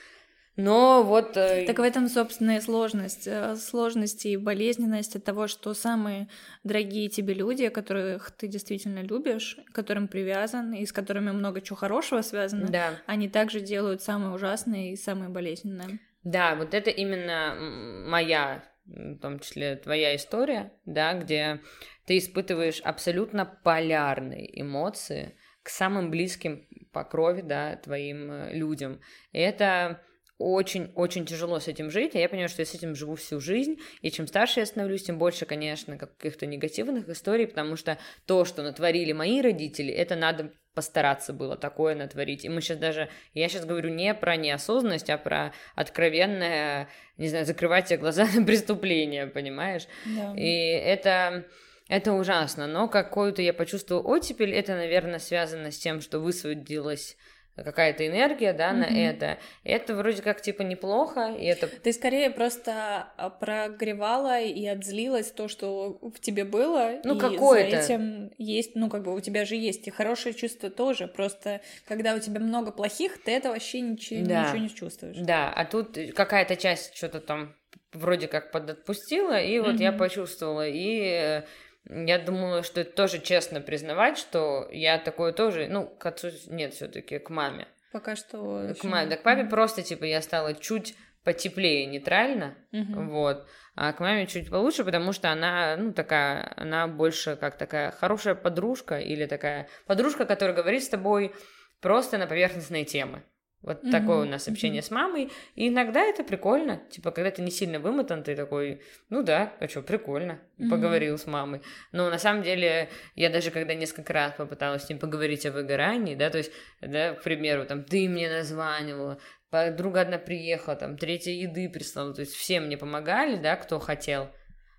Но вот... Так в этом, собственно, и сложность. Сложность и болезненность от того, что самые дорогие тебе люди, которых ты действительно любишь, к которым привязан, и с которыми много чего хорошего связано, да. они также делают самое ужасное и самое болезненное. Да, вот это именно моя, в том числе твоя история, да, где ты испытываешь абсолютно полярные эмоции к самым близким по крови, да, твоим людям. И это... Очень-очень тяжело с этим жить, а я понимаю, что я с этим живу всю жизнь, и чем старше я становлюсь, тем больше, конечно, каких-то негативных историй, потому что то, что натворили мои родители, это надо постараться было такое натворить. И мы сейчас даже, я сейчас говорю не про неосознанность, а про откровенное, не знаю, закрывать себе глаза на преступление, понимаешь? Да. И это... Это ужасно, но какую-то я почувствовала оттепель, это, наверное, связано с тем, что высвободилась какая-то энергия, да, mm-hmm. на это. Это вроде как, типа, неплохо, и это... Ты скорее просто прогревала и отзлилась то, что в тебе было, ну, и какое-то... за этим есть, ну, как бы у тебя же есть и хорошие чувства тоже, просто когда у тебя много плохих, ты это вообще ничего, да. ничего не чувствуешь. Да, а тут какая-то часть что-то там вроде как подотпустила, и вот mm-hmm. я почувствовала, и... Я думала, что это тоже честно признавать, что я такое тоже, ну, к отцу нет, все-таки к маме. Пока что. К маме, да, к папе mm-hmm. просто, типа, я стала чуть потеплее, нейтрально, mm-hmm. вот, а к маме чуть получше, потому что она, ну, такая, она больше как такая хорошая подружка или такая подружка, которая говорит с тобой просто на поверхностные темы. Вот mm-hmm. такое у нас общение mm-hmm. с мамой. И иногда это прикольно. Типа, когда ты не сильно вымотан, ты такой, ну да, а что, прикольно. Mm-hmm. Поговорил с мамой. Но на самом деле, я даже когда несколько раз попыталась с ним поговорить о выгорании, да, то есть, да, к примеру, там, ты мне названивала, подруга одна приехала, там, третья еды прислала, то есть все мне помогали, да, кто хотел.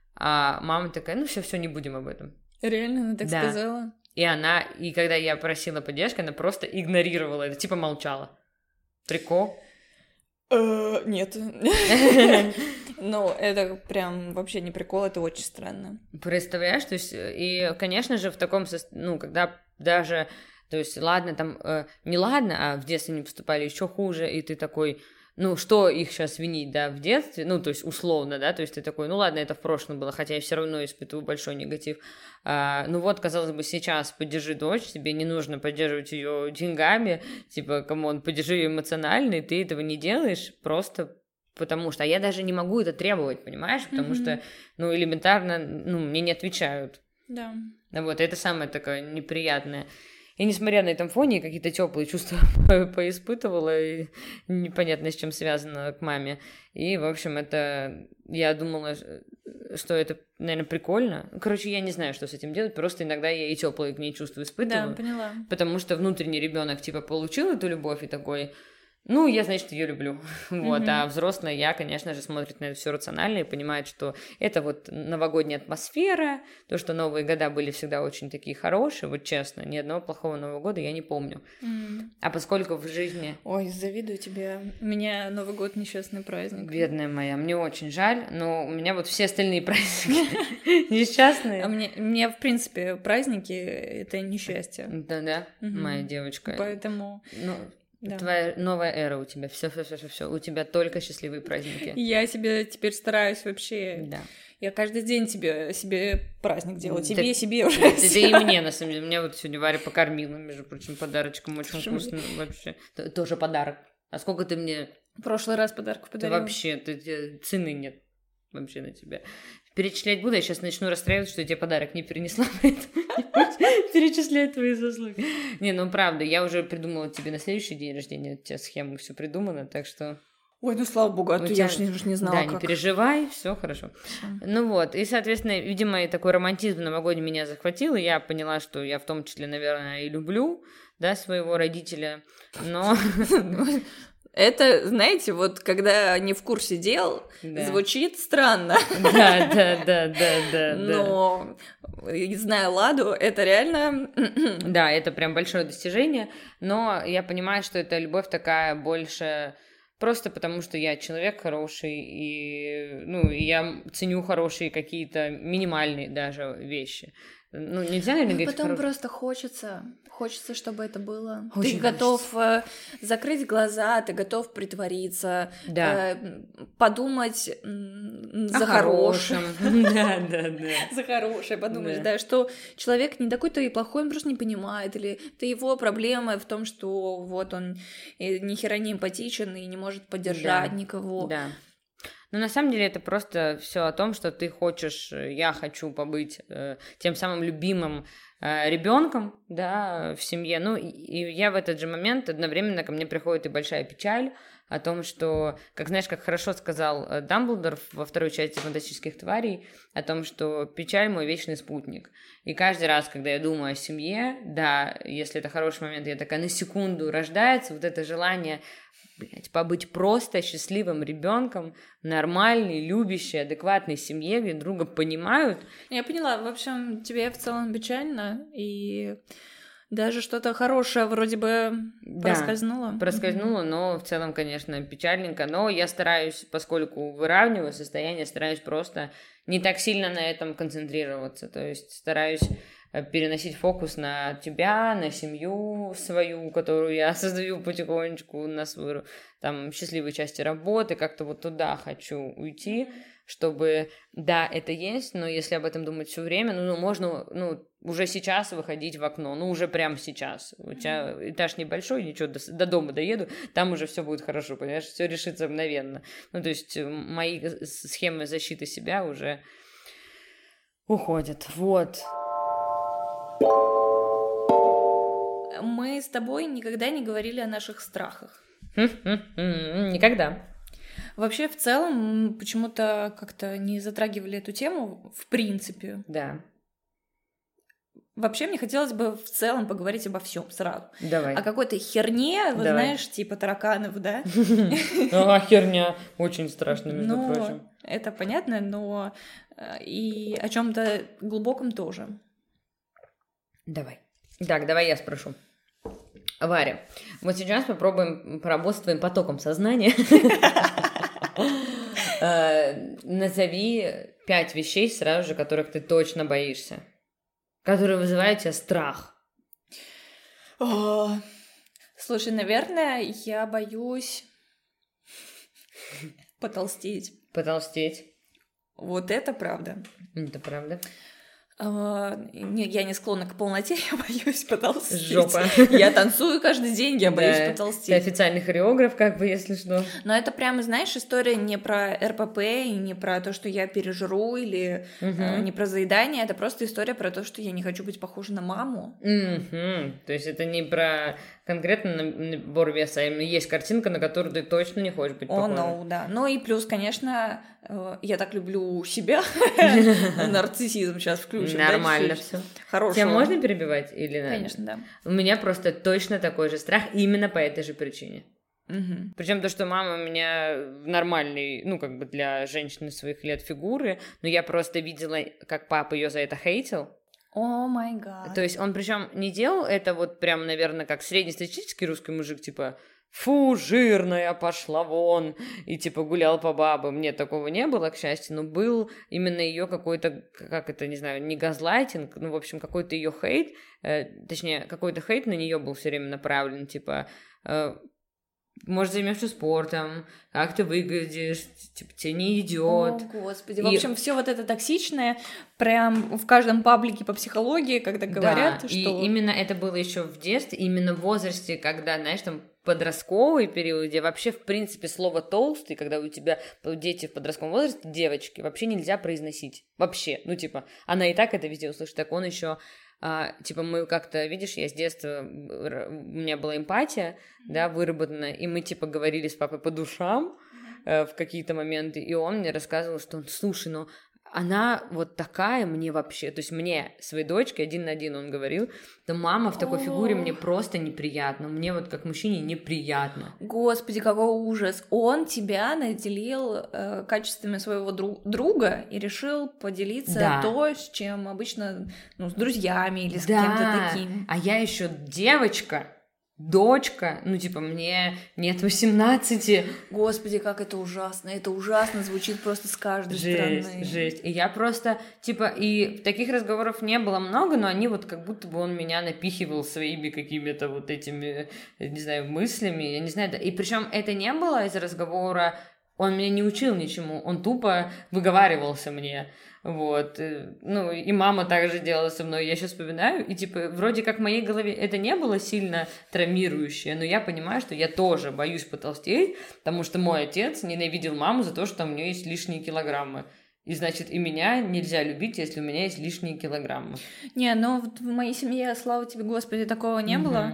А мама такая, ну все, все, не будем об этом. Реально, она так да. сказала? И она, и когда я просила поддержки, она просто игнорировала это, типа молчала. Прикол? Uh, нет. Ну, это прям вообще не прикол, это очень странно. Представляешь, то есть, и, конечно же, в таком, ну, когда даже, то есть, ладно, там, э, не ладно, а в детстве не поступали еще хуже, и ты такой, ну, что их сейчас винить, да, в детстве, ну, то есть, условно, да, то есть, ты такой, ну, ладно, это в прошлом было, хотя я все равно испытываю большой негатив. А, ну, вот, казалось бы, сейчас поддержи дочь, тебе не нужно поддерживать ее деньгами, типа, камон, поддержи ее эмоционально, и ты этого не делаешь просто потому что, а я даже не могу это требовать, понимаешь, потому mm-hmm. что, ну, элементарно, ну, мне не отвечают. Да. Вот, это самое такое неприятное. И несмотря на этом фоне, какие-то теплые чувства поиспытывала, и непонятно с чем связано к маме. И, в общем, это... Я думала, что это, наверное, прикольно. Короче, я не знаю, что с этим делать, просто иногда я и теплые к ней чувства испытываю. Да, поняла. Потому что внутренний ребенок типа получил эту любовь и такой... Ну, я, значит, ее люблю. Вот. Mm-hmm. А взрослая я, конечно же, смотрит на это все рационально и понимает, что это вот новогодняя атмосфера, то, что Новые года были всегда очень такие хорошие, вот честно, ни одного плохого Нового года я не помню. Mm-hmm. А поскольку в жизни... Ой, завидую тебе. У меня Новый год несчастный праздник. Бедная моя, мне очень жаль, но у меня вот все остальные праздники несчастные. А мне, мне, в принципе, праздники — это несчастье. Да-да, моя девочка. Поэтому... Да. Твоя новая эра у тебя, все, все, все, все, все, у тебя только счастливые праздники. Я себе теперь стараюсь вообще. Да. Я каждый день тебе себе праздник делаю, тебе да, себе уже. Да, да и мне, на самом деле. Меня вот сегодня Варя покормила, между прочим, подарочком очень вкусным вообще. Тоже подарок. А сколько ты мне... В прошлый раз подарков подарила. Да вообще, ты, ты, цены нет вообще на тебя. Перечислять буду, я сейчас начну расстраиваться, что я тебе подарок не перенесла, поэтому перечислять твои заслуги. Не, ну правда, я уже придумала тебе на следующий день рождения, у тебя схема все придумана, так что... Ой, ну слава богу, а то я же не знала, Да, как. не переживай, все хорошо. Ну вот, и, соответственно, видимо, такой романтизм новогодний меня захватил, и я поняла, что я в том числе, наверное, и люблю, да, своего родителя, но... Это, знаете, вот когда не в курсе дел, да. Звучит странно. Да, да, да, да, да. Но, зная Ладу, это реально... Да, это прям большое достижение, но я понимаю, что эта любовь такая больше... Просто потому, что я человек хороший, и, ну, и я ценю хорошие какие-то минимальные даже вещи. Ну, нельзя, наверное, говорить... Потом хорош... просто хочется, хочется, чтобы это было. Очень ты готов э, закрыть глаза, ты готов притвориться, да. э, подумать э, за хорошем. Да, да, да. За хорошее подумать, да, что человек не такой-то и плохой, он просто не понимает, или это его проблема в том, что вот он ни хера не эмпатичен и не может поддержать никого. Да. Но на самом деле это просто все о том, что ты хочешь, я хочу побыть э, тем самым любимым э, ребенком, да, в семье. Ну, и, и я в этот же момент одновременно ко мне приходит и большая печаль о том, что, как знаешь, как хорошо сказал Дамблдор во второй части «Фантастических тварей», о том, что печаль мой вечный спутник. И каждый раз, когда я думаю о семье, да, если это хороший момент, я такая на секунду рождается вот это желание, блять, побыть просто счастливым ребенком, нормальной, любящей, адекватной семье, где друга понимают. Я поняла, в общем, тебе в целом печально, и даже что-то хорошее вроде бы да, проскользнуло. проскользнуло, mm-hmm. но в целом, конечно, печальненько. Но я стараюсь, поскольку выравниваю состояние, стараюсь просто не так сильно на этом концентрироваться. То есть стараюсь переносить фокус на тебя, на семью свою, которую я создаю потихонечку, на свою там счастливые части работы, как-то вот туда хочу уйти, чтобы, да, это есть, но если об этом думать все время, ну, можно, ну, уже сейчас выходить в окно, ну, уже прямо сейчас. У тебя этаж небольшой, ничего, до, до дома доеду, там уже все будет хорошо, понимаешь, все решится мгновенно. Ну, то есть мои схемы защиты себя уже уходят, вот. Мы с тобой никогда не говорили о наших страхах. Никогда. Вообще, в целом, почему-то как-то не затрагивали эту тему, в принципе. Да. Вообще, мне хотелось бы в целом поговорить обо всем сразу. Давай. О какой-то херне, вы знаешь, типа тараканов, да? А, херня. Очень страшно, между прочим. Это понятно, но и о чем-то глубоком тоже. Давай. Так, давай я спрошу. Варя, вот сейчас попробуем поработать с твоим потоком сознания. Назови пять вещей сразу же, которых ты точно боишься, которые вызывают у тебя страх. Слушай, наверное, я боюсь потолстеть. Потолстеть. Вот это правда. Это правда. Не, я не склонна к полноте, я боюсь потолстеть. Жопа. Я танцую каждый день, я боюсь Да, потолстеть. Ты официальный хореограф, как бы, если что. Но это прямо, знаешь, история не про эр пэ пэ и не про то, что я пережру, или Угу. э, не про заедание, это просто история про то, что я не хочу быть похожа на маму. Угу. То есть это не про конкретно набор веса, а именно есть картинка, на которую ты точно не хочешь быть О, похожа. no, да. Ну и плюс, конечно, э, я так люблю себя. Нарциссизм сейчас включим. да, Нормально чуть-чуть? все. Хорошего. Тебя можно перебивать или надо? Конечно, да. У меня просто точно такой же страх именно по этой же причине. Мгм. Причем то, что мама у меня нормальный, ну, как бы для женщины своих лет фигуры, но я просто видела, как папа ее за это хейтил. О май гад. То есть он причем не делал это вот прям, наверное, как среднестатистический русский мужик, типа «фу, жирная, пошла вон», и типа гулял по бабам. Нет, такого не было, к счастью, но был именно ее какой-то, как это, не знаю, не газлайтинг, ну, в общем, какой-то ее хейт, э, точнее, какой-то хейт на нее был все время направлен, типа... Э, может, займешься спортом, как ты выглядишь, типа, тебе не идет. О, господи. В И- общем, все вот это токсичное, прям в каждом паблике по психологии, когда говорят, Да, что... и именно это было еще в детстве, именно в возрасте, когда, знаешь, там подростковый период, где вообще, в принципе, слово «толстый», когда у тебя дети в подростковом возрасте, девочки, вообще нельзя произносить. Вообще. Ну, типа, она и так это везде услышит, так он еще... А, типа мы как-то, видишь, я с детства, р- у меня была эмпатия, да, выработана, и мы типа говорили с папой по душам э, в какие-то моменты, и он мне рассказывал, что он, слушай, ну она вот такая мне вообще, то есть мне, своей дочке, один на один он говорил, то мама в такой фигуре мне просто неприятно, мне вот как мужчине неприятно. Господи, какой ужас. Он тебя наделил э, качествами своего дру- друга и решил поделиться Да. то, с чем обычно, ну, с друзьями или с Да, кем-то таким. а я еще девочка, дочка, ну типа мне нет восемнадцати. Господи, как это ужасно. Это ужасно звучит просто с каждой Жесть, стороны. жесть. И я просто, типа, и таких разговоров не было много, но они вот как будто бы он меня напихивал своими какими-то вот этими, не знаю, мыслями, я не знаю, да. И причем это не было из разговора, он меня не учил ничему, он тупо выговаривался мне. Вот, э, ну, и мама также делала со мной, я сейчас вспоминаю, и, типа, вроде как в моей голове это не было сильно травмирующее, но я понимаю, что я тоже боюсь потолстеть, потому что мой отец ненавидел маму за то, что у нее есть лишние килограммы. И, значит, и меня нельзя любить, если у меня есть лишние килограммы. Не, ну вот в моей семье, слава тебе, Господи, такого не Мгм. было.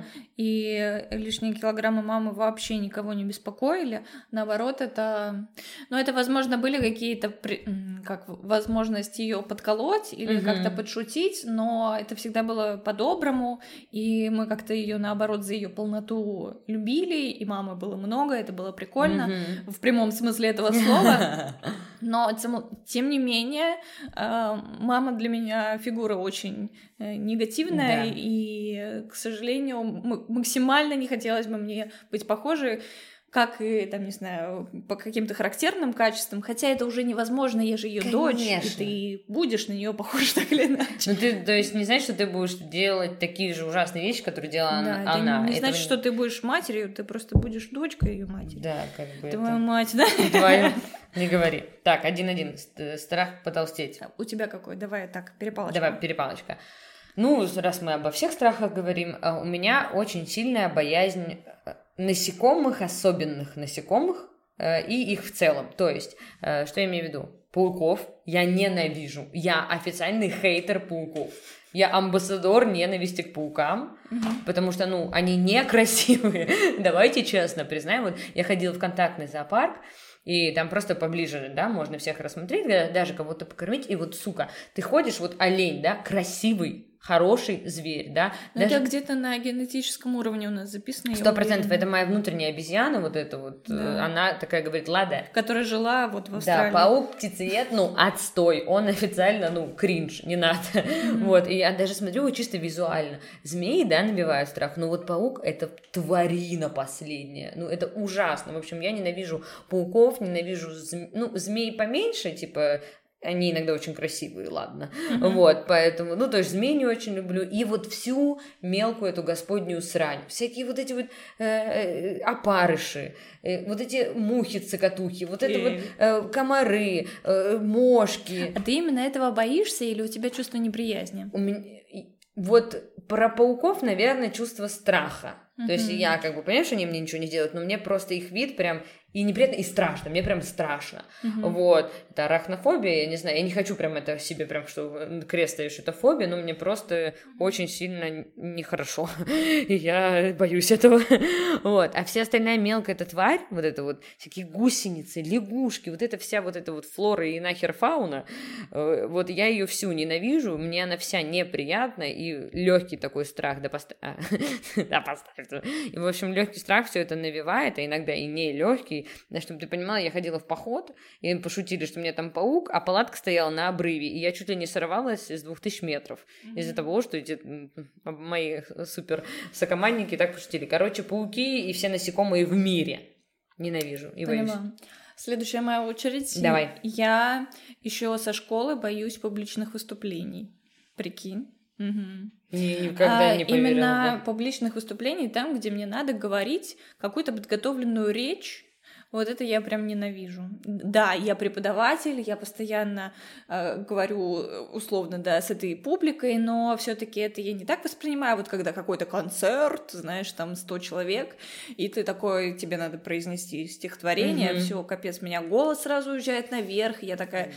И лишние килограммы мамы вообще никого не беспокоили. Наоборот, это... Ну, это, возможно, были какие-то при- м, как возможность ее подколоть или Мгм. как-то подшутить, но это всегда было по-доброму, и мы как-то ее, наоборот, за ее полноту любили, и мамы было много, это было прикольно, Мгм. в прямом смысле этого слова. Но тем, тем не менее, э, мама для меня фигура очень э, негативная, Да. и, к сожалению, м- максимально не хотелось бы мне быть похожей, как и, там, не знаю, по каким-то характерным качествам, хотя это уже невозможно, я же ее дочь, и Конечно. ты будешь на нее похожа так или иначе. Ну, ты, то есть, не значит, что ты будешь делать такие же ужасные вещи, которые делала Да, это она. не Этого значит, что ты будешь матерью, ты просто будешь дочкой ее матери. Да, как бы Твою это... мать, да? Твою... Не говори. Так, один-один. Ст- Страх потолстеть. У тебя какой? Давай так, перепалочка. Давай, перепалочка. Ну, раз мы обо всех страхах говорим, а, у меня очень сильная боязнь э, насекомых, особенных насекомых, э, и их в целом. То есть, э, что я имею в виду? Пауков я ненавижу. Я официальный хейтер пауков. Я амбассадор ненависти к паукам, Мгм. потому что, ну, они некрасивые. Давайте честно признаем. Вот я ходила в контактный зоопарк, и там просто поближе, да, можно всех рассмотреть, да, даже кого-то покормить, и вот, сука, ты ходишь, вот олень, да, красивый, хороший зверь, да. Ну, даже... это где-то на генетическом уровне у нас записано. я Сто процентов, уверена. это моя внутренняя обезьяна, вот эта вот, Да. э, она такая говорит, Лада, Которая жила вот в да, Австралии. паук, птицеед, ну, отстой, он официально, ну, кринж, не надо, вот, и я даже смотрю вот чисто визуально, змеи, да, набивают страх, но вот паук — это тварина последняя, ну, это ужасно, в общем, я ненавижу пауков, ненавижу, зм... ну, змей поменьше, типа, Они иногда очень красивые, ладно. Mm-hmm. Вот, поэтому, ну, то есть змей не очень люблю. И вот всю мелкую эту господнюю срань. Всякие вот эти вот э, э, опарыши, э, вот эти мухи-цокотухи, вот это вот э, комары, э, мошки. А ты именно этого боишься или у тебя чувство неприязни? У меня... Вот про пауков, наверное, чувство страха. Mm-hmm. То есть я как бы понимаю, что они мне ничего не делают, но мне просто их вид прям и неприятно, и страшно, мне прям страшно. Mm-hmm. Вот, это арахнофобия, я не знаю, я не хочу прям это себе прям, что крест ставишь, это фобия, но мне просто очень сильно нехорошо, и я боюсь этого. Вот, а вся остальная мелкая эта тварь, вот это вот, всякие гусеницы, лягушки, вот эта вся вот эта вот флора и нахер фауна, вот я ее всю ненавижу, мне она вся неприятна, и легкий такой страх, да поставь, да поставь. И, в общем, легкий страх все это навевает, а иногда и не легкий. Чтобы ты понимала, я ходила в поход, и пошутили, что у меня там паук, а палатка стояла на обрыве, и я чуть ли не сорвалась с двух тысяч метров mm-hmm. из-за того, что эти мои супер сокомандники так пошутили. Короче, пауки и все насекомые в мире ненавижу и боюсь. Поняла. Следующая моя очередь. Давай. Я еще со школы боюсь публичных выступлений. Прикинь. Угу. Никогда а, не поверила. Именно да. публичных выступлений там, где мне надо говорить какую-то подготовленную речь. Вот это я прям ненавижу. Да, я преподаватель, я постоянно э, говорю условно, да, с этой публикой, но все-таки это я не так воспринимаю, вот когда какой-то концерт, знаешь, там сто человек, и ты такой, тебе надо произнести стихотворение, mm-hmm. все, капец, у меня голос сразу уезжает наверх, и я такая...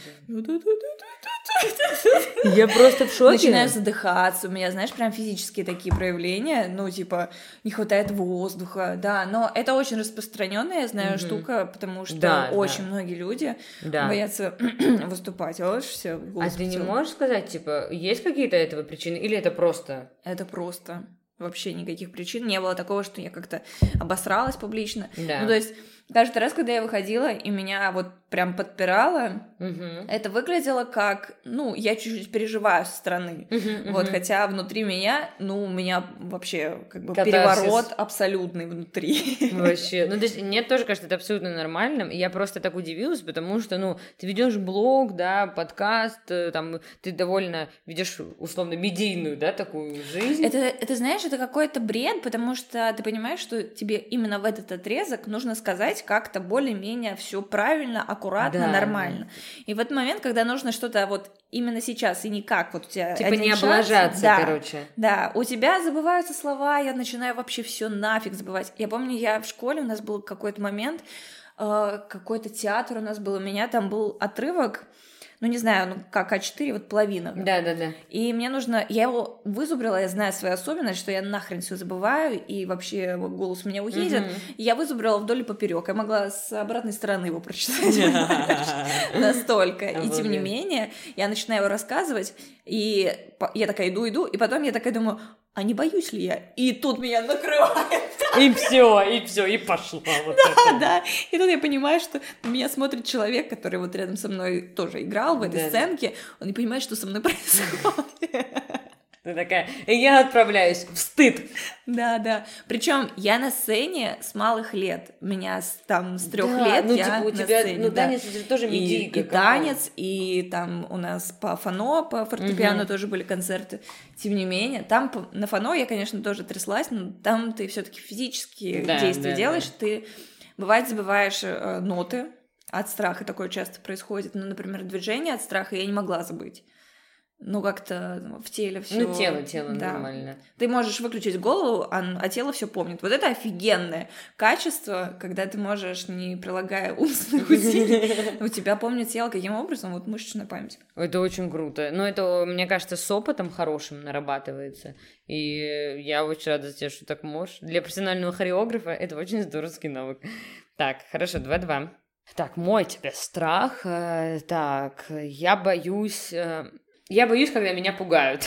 Я просто в шоке. Начинаю задыхаться, у меня, знаешь, прям физические такие проявления, ну, типа, не хватает воздуха, да, но это очень распространенная, я знаю, mm-hmm. штука, потому что да, очень да. многие люди да. боятся выступать, а вот все. А ты не можешь сказать, типа, есть какие-то этого причины, или это просто? Это просто. Вообще никаких причин. Не было такого, что я как-то обосралась публично. Да. Ну, то есть, каждый раз, когда я выходила, и меня вот прям подпирало, угу. это выглядело как, ну, я чуть-чуть переживаю со стороны. Угу, вот, угу. хотя внутри меня, ну, у меня вообще как бы Катарсис. Переворот абсолютный внутри. Вообще. Ну, то есть, мне тоже кажется, это абсолютно нормальным. И я просто так удивилась, потому что, ну, ты ведешь блог, да, подкаст, там, ты довольно ведешь условно медийную, да, такую жизнь. Это, это, знаешь, это какой-то бред, потому что ты понимаешь, что тебе именно в этот отрезок нужно сказать как-то более-менее все правильно, аккуратно, да, нормально. Да. И в этот момент, когда нужно что-то вот именно сейчас и никак, вот у тебя типа один не шанс, облажаться, да, короче. Да, у тебя забываются слова, я начинаю вообще все нафиг забывать. Я помню, я в школе, у нас был какой-то момент, э, какой-то театр у нас был, у меня там был отрывок, ну, не знаю, ну, как А четыре, вот половина. Да-да-да. И мне нужно... Я его вызубрила, я знаю свою особенность, что я нахрен все забываю, и вообще голос у меня уедет. Mm-hmm. И я вызубрила вдоль и поперек. Я могла с обратной стороны его прочитать. Настолько. И тем не менее, я начинаю его рассказывать, и я такая иду-иду, и потом я такая думаю... А не боюсь ли я? И тут меня накрывает. И все, и все, и пошла. Вот да, это. да. И тут я понимаю, что на меня смотрит человек, который вот рядом со мной тоже играл в этой да, сценке. Он не понимает, что со мной происходит. Ты такая, я отправляюсь в стыд. Да, да. Причем я на сцене с малых лет. Меня с, там с трех да, лет ну, я типа, у на тебя, сцене. Ну, да. танец это тоже медийка. И, и танец, и там у нас по фано, по фортепиано угу. тоже были концерты. Тем не менее, там на фано я, конечно, тоже тряслась, но там ты все-таки физические да, действия да, делаешь. Да. Ты, бывает, забываешь э, ноты от страха. Такое часто происходит. Ну, например, движение от страха я не могла забыть. Ну, как-то в теле все. Ну, тело, тело да. нормально. Ты можешь выключить голову, а, а тело все помнит. Вот это офигенное качество, когда ты можешь, не прилагая умственных усилий, у тебя помнит тело каким образом? Вот мышечная память. Это очень круто. Но это, мне кажется, с опытом хорошим нарабатывается. И я очень рада за тебя, что так можешь. Для профессионального хореографа это очень здоровский навык. Так, хорошо, два-два. Так, мой тебе страх. Так, я боюсь... Я боюсь, когда меня пугают.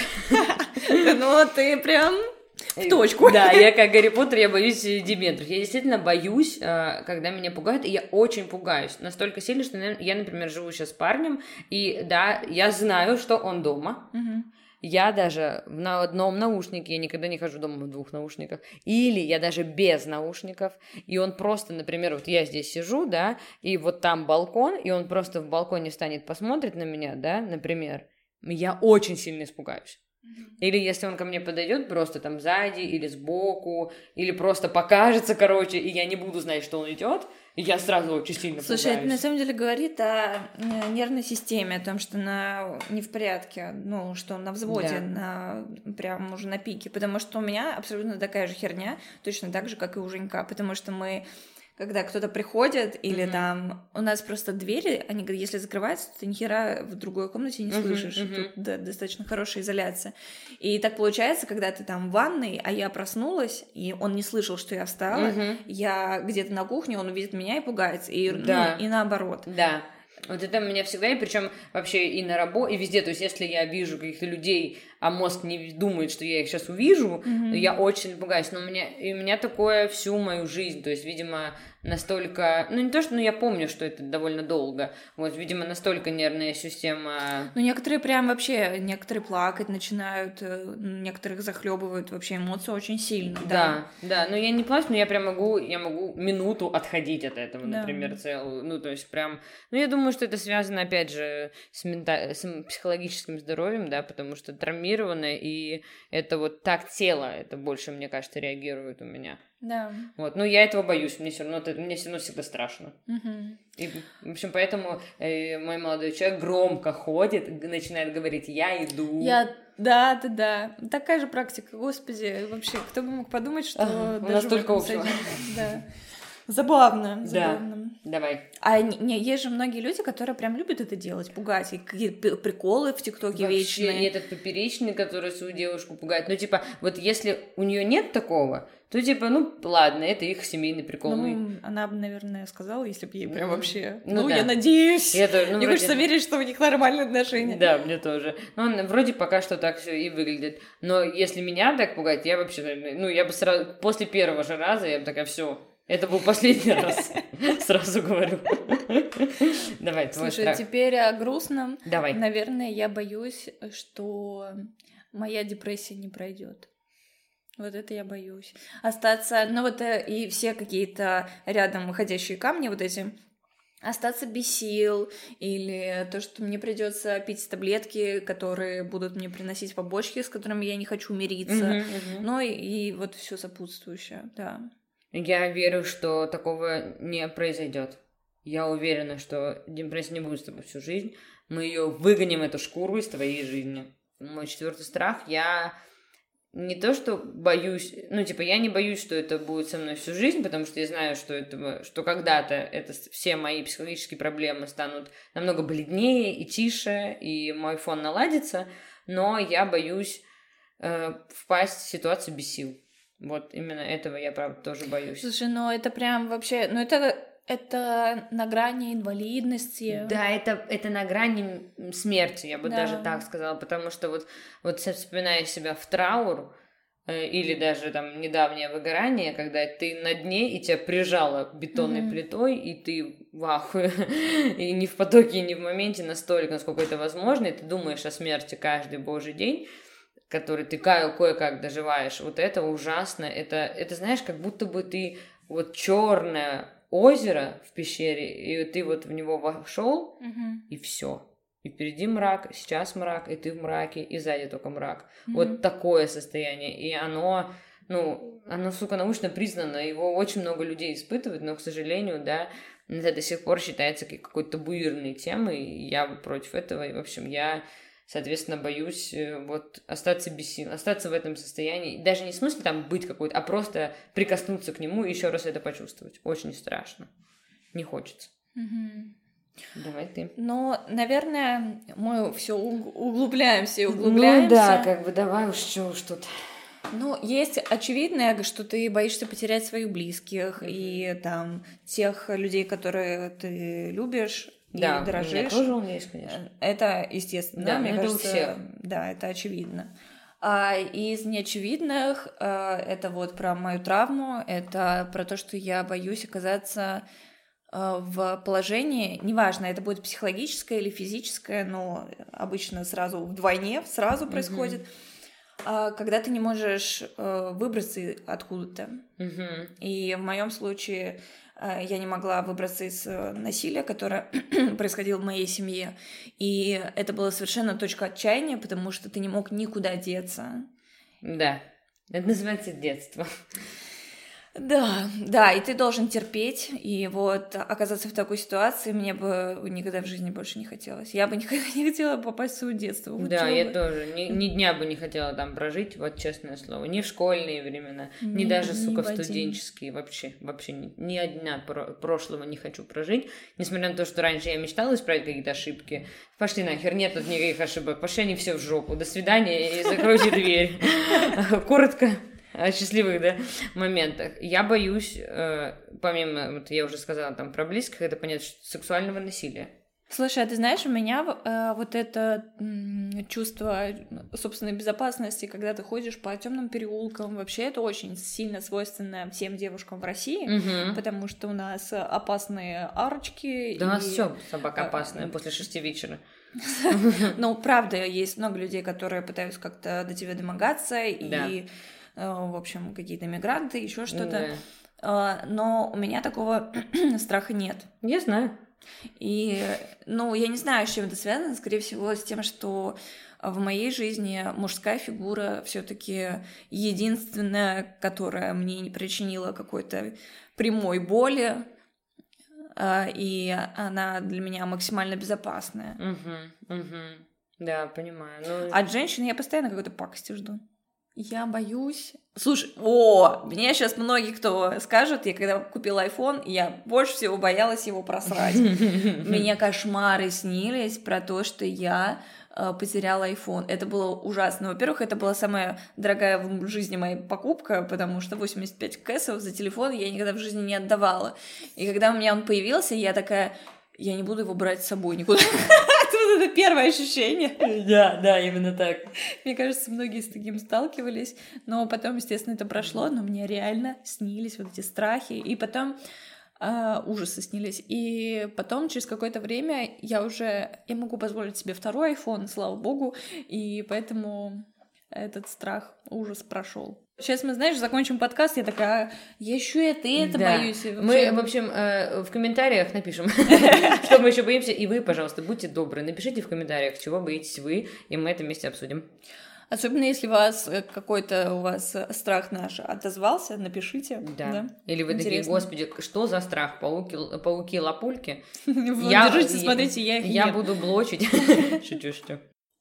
Ну, ты прям в точку. Да, я как Гарри Поттер, я боюсь Деметров. Я действительно боюсь, когда меня пугают, и я очень пугаюсь. Настолько сильно, что я, например, живу сейчас с парнем, и да, я знаю, что он дома. я даже на одном наушнике, я никогда не хожу дома в двух наушниках, или я даже без наушников, и он просто, например, вот я здесь сижу, да, и вот там балкон, и он просто в балконе встанет, посмотрит на меня, да, например, я очень сильно испугаюсь. Или если он ко мне подойдет просто там сзади или сбоку, или просто покажется, короче, и я не буду знать, что он идет, и я сразу очень сильно Слушай, пугаюсь. это на самом деле говорит о нервной системе, о том, что она не в порядке, ну, что на взводе, Да. на прям уже на пике, потому что у меня абсолютно такая же херня, точно так же, как и у Женька, потому что мы... Когда кто-то приходит, или mm-hmm. там у нас просто двери, они говорят, если закрываются, то ты ни хера в другой комнате не слышишь. Mm-hmm. Тут да, достаточно хорошая изоляция. И так получается, когда ты там в ванной, а я проснулась, и он не слышал, что я встала, mm-hmm. я где-то на кухне, он увидит меня и пугается. И, да. ну, и наоборот. Да. Вот это у меня всегда, и причем вообще и на работе, и везде. То есть, если я вижу каких-то людей, а мозг не думает, что я их сейчас увижу, mm-hmm. я очень пугаюсь. Но у меня, и у меня такое всю мою жизнь. То есть, видимо, настолько... Ну, не то, что... Ну, я помню, что это довольно долго. Вот, видимо, настолько нервная система... Ну, некоторые прям вообще... Некоторые плакать начинают, некоторых захлебывают вообще эмоции очень сильно. Да, да. да. Но я не плачу, но я прям могу... Я могу минуту отходить от этого, да. например, целую. Ну, то есть, прям... Ну, я думаю, что это связано, опять же, с, мента... с психологическим здоровьем, да, потому что травмировано, и это вот так тело, это больше, мне кажется, реагирует у меня. Да. Вот, ну я этого боюсь, мне все равно, это, мне все равно всегда страшно. Угу. И, в общем, поэтому э, мой молодой человек громко ходит, начинает говорить: я иду. Я, да, да, да. Такая же практика, господи, вообще, кто бы мог подумать, что а, у нас только общего. Да. Забавно, забавно. Да, давай. А не, есть же многие люди, которые прям любят это делать, пугать, и какие-то приколы в ТикТоке вечные. Вообще, и этот поперечный, который свою девушку пугает. Ну, типа, вот если у нее нет такого, то, типа, ну, ладно, это их семейный прикол. Ну, она бы, наверное, сказала, если бы ей прям вообще... Ну, ну да. я надеюсь. Я тоже, ну, Мне вроде... хочется верить, что у них нормальные отношения. Да, мне тоже. Ну, он вроде пока что так все и выглядит. Но если меня так пугать, я вообще, ну, я бы сразу... После первого же раза я бы такая: все. Это был последний раз, сразу говорю. Давай, твой Слушай, страх. теперь о грустном. Давай. Наверное, я боюсь, что моя депрессия не пройдет. Вот это я боюсь. Остаться, ну вот и все какие-то рядом выходящие камни вот эти, остаться без сил, или то, что мне придется пить таблетки, которые будут мне приносить побочки, с которыми я не хочу мириться. Uh-huh, uh-huh. Ну и, и вот все сопутствующее, да. Я верю, что такого не произойдет. Я уверена, что депрессия не будет с тобой всю жизнь. Мы ее выгоним, эту шкуру, из твоей жизни. Мой четвертый страх, я не то что боюсь, ну типа я не боюсь, что это будет со мной всю жизнь, потому что я знаю, что это, что когда-то это все мои психологические проблемы станут намного бледнее и тише, и мой фон наладится. Но я боюсь э, впасть в ситуацию без сил. Вот именно этого я, правда, тоже боюсь. Слушай, ну это прям вообще... Ну это, это на грани инвалидности. Да, это, это на грани смерти, я бы да. даже так сказала. Потому что вот, вот вспоминая себя в траур, э, или даже там недавнее выгорание, когда ты на дне, и тебя прижало бетонной mm-hmm. плитой, и ты в ахуе, и не в потоке, и не в моменте настолько, насколько это возможно, и ты думаешь о смерти каждый божий день, который ты кое-как доживаешь, вот это ужасно, это, это, знаешь, как будто бы ты вот черное озеро в пещере, и ты вот в него вошел, mm-hmm. и все. И впереди мрак, сейчас мрак, и ты в мраке, и сзади только мрак. Mm-hmm. Вот такое состояние, и оно, ну, оно, сука, научно признано, его очень много людей испытывают, но, к сожалению, да, это до сих пор считается какой-то табуированной темой, и я против этого, и, в общем, я... Соответственно, боюсь вот остаться без сил, остаться в этом состоянии. Даже не в смысле там быть какой-то, а просто прикоснуться к нему и еще раз это почувствовать. Очень страшно. Не хочется. Угу. Давай ты. Ну, наверное, мы все углубляемся и углубляемся. Ну да, как бы давай уж что уж тут. Ну, есть очевидное, что ты боишься потерять своих близких mm-hmm. и там тех людей, которые ты любишь. Да, и дорожишь. У меня тоже он есть, конечно. Это естественно, да, мне это кажется, у всех. Да, это очевидно. А из неочевидных это вот про мою травму, это про то, что я боюсь оказаться в положении, неважно, это будет психологическое или физическое, но обычно сразу вдвойне, сразу происходит, mm-hmm. когда ты не можешь выбраться откуда-то. Mm-hmm. И в моем случае я не могла выбраться из насилия, которое происходило в моей семье. И это была совершенно точка отчаяния, потому что ты не мог никуда деться. Да, это называется детство. Да, да, и ты должен терпеть, и вот оказаться в такой ситуации мне бы никогда в жизни больше не хотелось. Я бы никогда не хотела попасть в свое детство. В да, я тоже. Ни, ни дня бы не хотела там прожить, вот честное слово. Ни в школьные времена, ни, ни даже, сука, ни в студенческие. Вообще, вообще ни, ни одна про- прошлого не хочу прожить. Несмотря на то, что раньше я мечтала исправить какие-то ошибки. Пошли нахер, нет тут никаких ошибок. Пошли они все в жопу. До свидания и закройте дверь. Коротко. О счастливых, да, моментах. Я боюсь, э, помимо, вот я уже сказала там про близких, это понятно, сексуального насилия. Слушай, а ты знаешь, у меня э, вот это м, чувство собственной безопасности, когда ты ходишь по темным переулкам, вообще это очень сильно свойственно всем девушкам в России, угу. потому что у нас опасные арочки. Да и... у нас все собака опасная после шести вечера. Ну, правда, есть много людей, которые пытаются как-то до тебя домогаться, и... в общем, какие-то мигранты, еще что-то. Да. Но у меня такого страха нет. Я знаю. И, ну, я не знаю, с чем это связано. Скорее всего, с тем, что в моей жизни мужская фигура все-таки единственная, которая мне не причинила какой-то прямой боли, и она для меня максимально безопасная. Угу, угу. Да, понимаю. Ну... От женщин я постоянно какой-то пакости жду. Я боюсь... Слушай, о, мне сейчас многие кто скажут, я когда купила iPhone, я больше всего боялась его просрать. Мне кошмары снились про то, что я э, потеряла iPhone. Это было ужасно. Во-первых, это была самая дорогая в жизни моя покупка, потому что восемьдесят пять кэсов за телефон я никогда в жизни не отдавала. И когда у меня он появился, я такая... Я не буду его брать с собой никуда. Это первое ощущение. Да, да, именно так. Мне кажется, многие с таким сталкивались, но потом, естественно, это прошло, но мне реально снились вот эти страхи, и потом э, ужасы снились. И потом, через какое-то время, я уже, я могу позволить себе второй iPhone, слава богу, и поэтому этот страх, ужас прошел. Сейчас мы, знаешь, закончим подкаст, я такая, я еще это и это да. боюсь. Вообще... Мы, в общем, э, в комментариях напишем, что мы еще боимся, и вы, пожалуйста, будьте добры, напишите в комментариях, чего боитесь вы, и мы это вместе обсудим. Особенно если у вас какой-то у вас страх наш отозвался, напишите. Да. да? Или вы такие, господи, что за страх? Пауки, пауки-лапульки? Держите, смотрите, я их Я буду блочить. Шучу, шучу.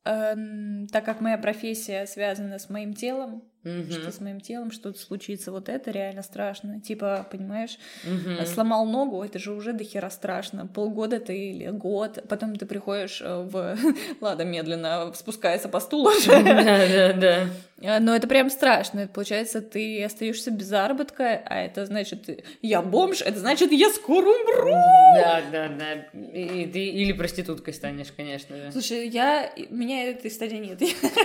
Так как моя профессия связана с моим телом, mm-hmm. что с моим телом что-то случится, вот это реально страшно. Типа, понимаешь, mm-hmm. сломал ногу, это же уже дохера страшно. Полгода ты или год, потом ты приходишь в... Ладно, медленно спускается по стулу. Да-да-да. Но это прям страшно. Это, получается, ты остаешься без заработка, а это значит, я бомж, это значит, я скоро умру. Да-да-да. И ты или проституткой станешь, конечно же. Слушай, я... меня этой стадии нет.